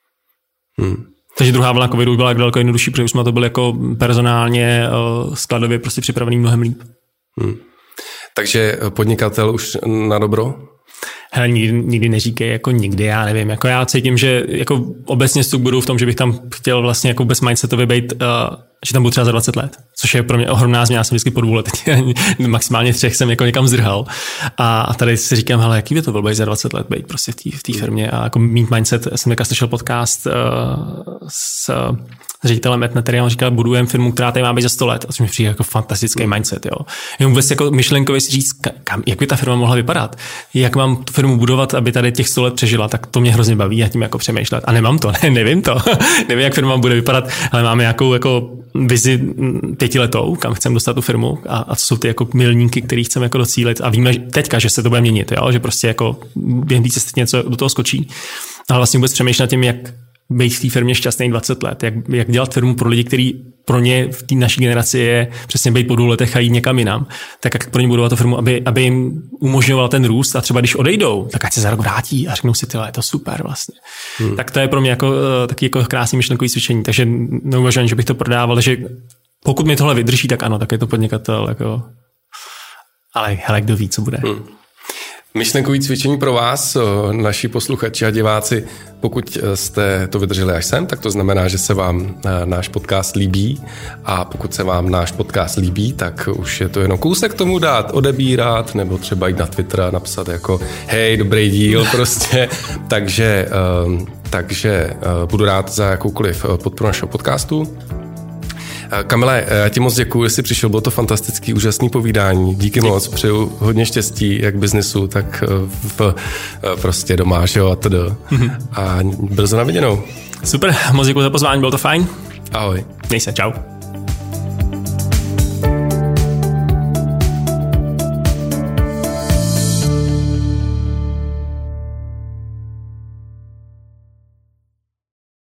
Hmm. Takže druhá vlna covidu byla daleko jednodušší, protože jsme to byli jako personálně, skladově prostě připravený mnohem líp. Hmm. Takže podnikatel už na dobro? Hele, nikdy, nikdy neříkej, jako nikdy, já nevím. Jako já cítím, že jako obecně stuk budu v tom, že bych tam chtěl vlastně jako bez mindsetově být, uh, že tam budu třeba za dvacet let, což je pro mě ohromná změna. Já jsem vždycky po dvou letech, maximálně třech jsem jako někam zdrhal. A tady si říkám, hele, jaký by to bylo být za dvacet let, být prostě v té v té firmě a jako mít mindset. Já jsem teďka slyšel podcast uh, s ředitelem Etnetery, on říkal, budujeme firmu, která tady má být za sto let. A což mi přijde jako fantastický mindset, jo. Jenom vůbec jako myšlenkově si říct, kam, jak by ta firma mohla vypadat, jak mám tu firmu budovat, aby tady těch sto let přežila, tak to mě hrozně baví, já tím jako přemýšlet. A nemám to, ne, nevím to. Nevím, jak firma bude vypadat, ale máme nějakou jako vizi pětiletou, kam chceme dostat tu firmu a, a co jsou ty jako milníky, který chceme jako docílit a víme teďka, že se to bude měnit, jo? Že prostě jako během té cesty něco do toho skočí. Ale vlastně vůbec přemýšlet nad tím, jak být v té firmě šťastný dvacet let, jak, jak dělat firmu pro lidi, který pro ně v té naší generaci je přesně být po dvou letech a jít někam jinam, tak jak pro ně budovat tu firmu, aby, aby jim umožňoval ten růst a třeba když odejdou, tak ať se za rok vrátí a řeknou si, tyhle, je to super vlastně. Hmm. Tak to je pro mě jako taky jako krásný myšlenkový cvičení, takže neuvažuji, že bych to prodával, že pokud mi tohle vydrží, tak ano, tak je to podnikatel, jako, ale hele, kdo ví, co bude. Hmm. Myšlenkový cvičení pro vás, naši posluchači a diváci, pokud jste to vydrželi až sem, tak to znamená, že se vám náš podcast líbí a pokud se vám náš podcast líbí, tak už je to jenom kousek tomu dát, odebírat nebo třeba jít na Twitter a napsat jako hej, dobrý díl prostě. takže, takže budu rád za jakoukoliv podporu našeho podcastu. Kamile, já ti moc děkuju, že jsi přišel, bylo to fantastický, úžasný povídání. Díky Díky. moc, přeju hodně štěstí, jak v biznesu, tak v, prostě doma, že jo, a td. Mm-hmm. A brzo na viděnou. Super, moc děkuju za pozvání, bylo to fajn. Ahoj. Měj se, čau.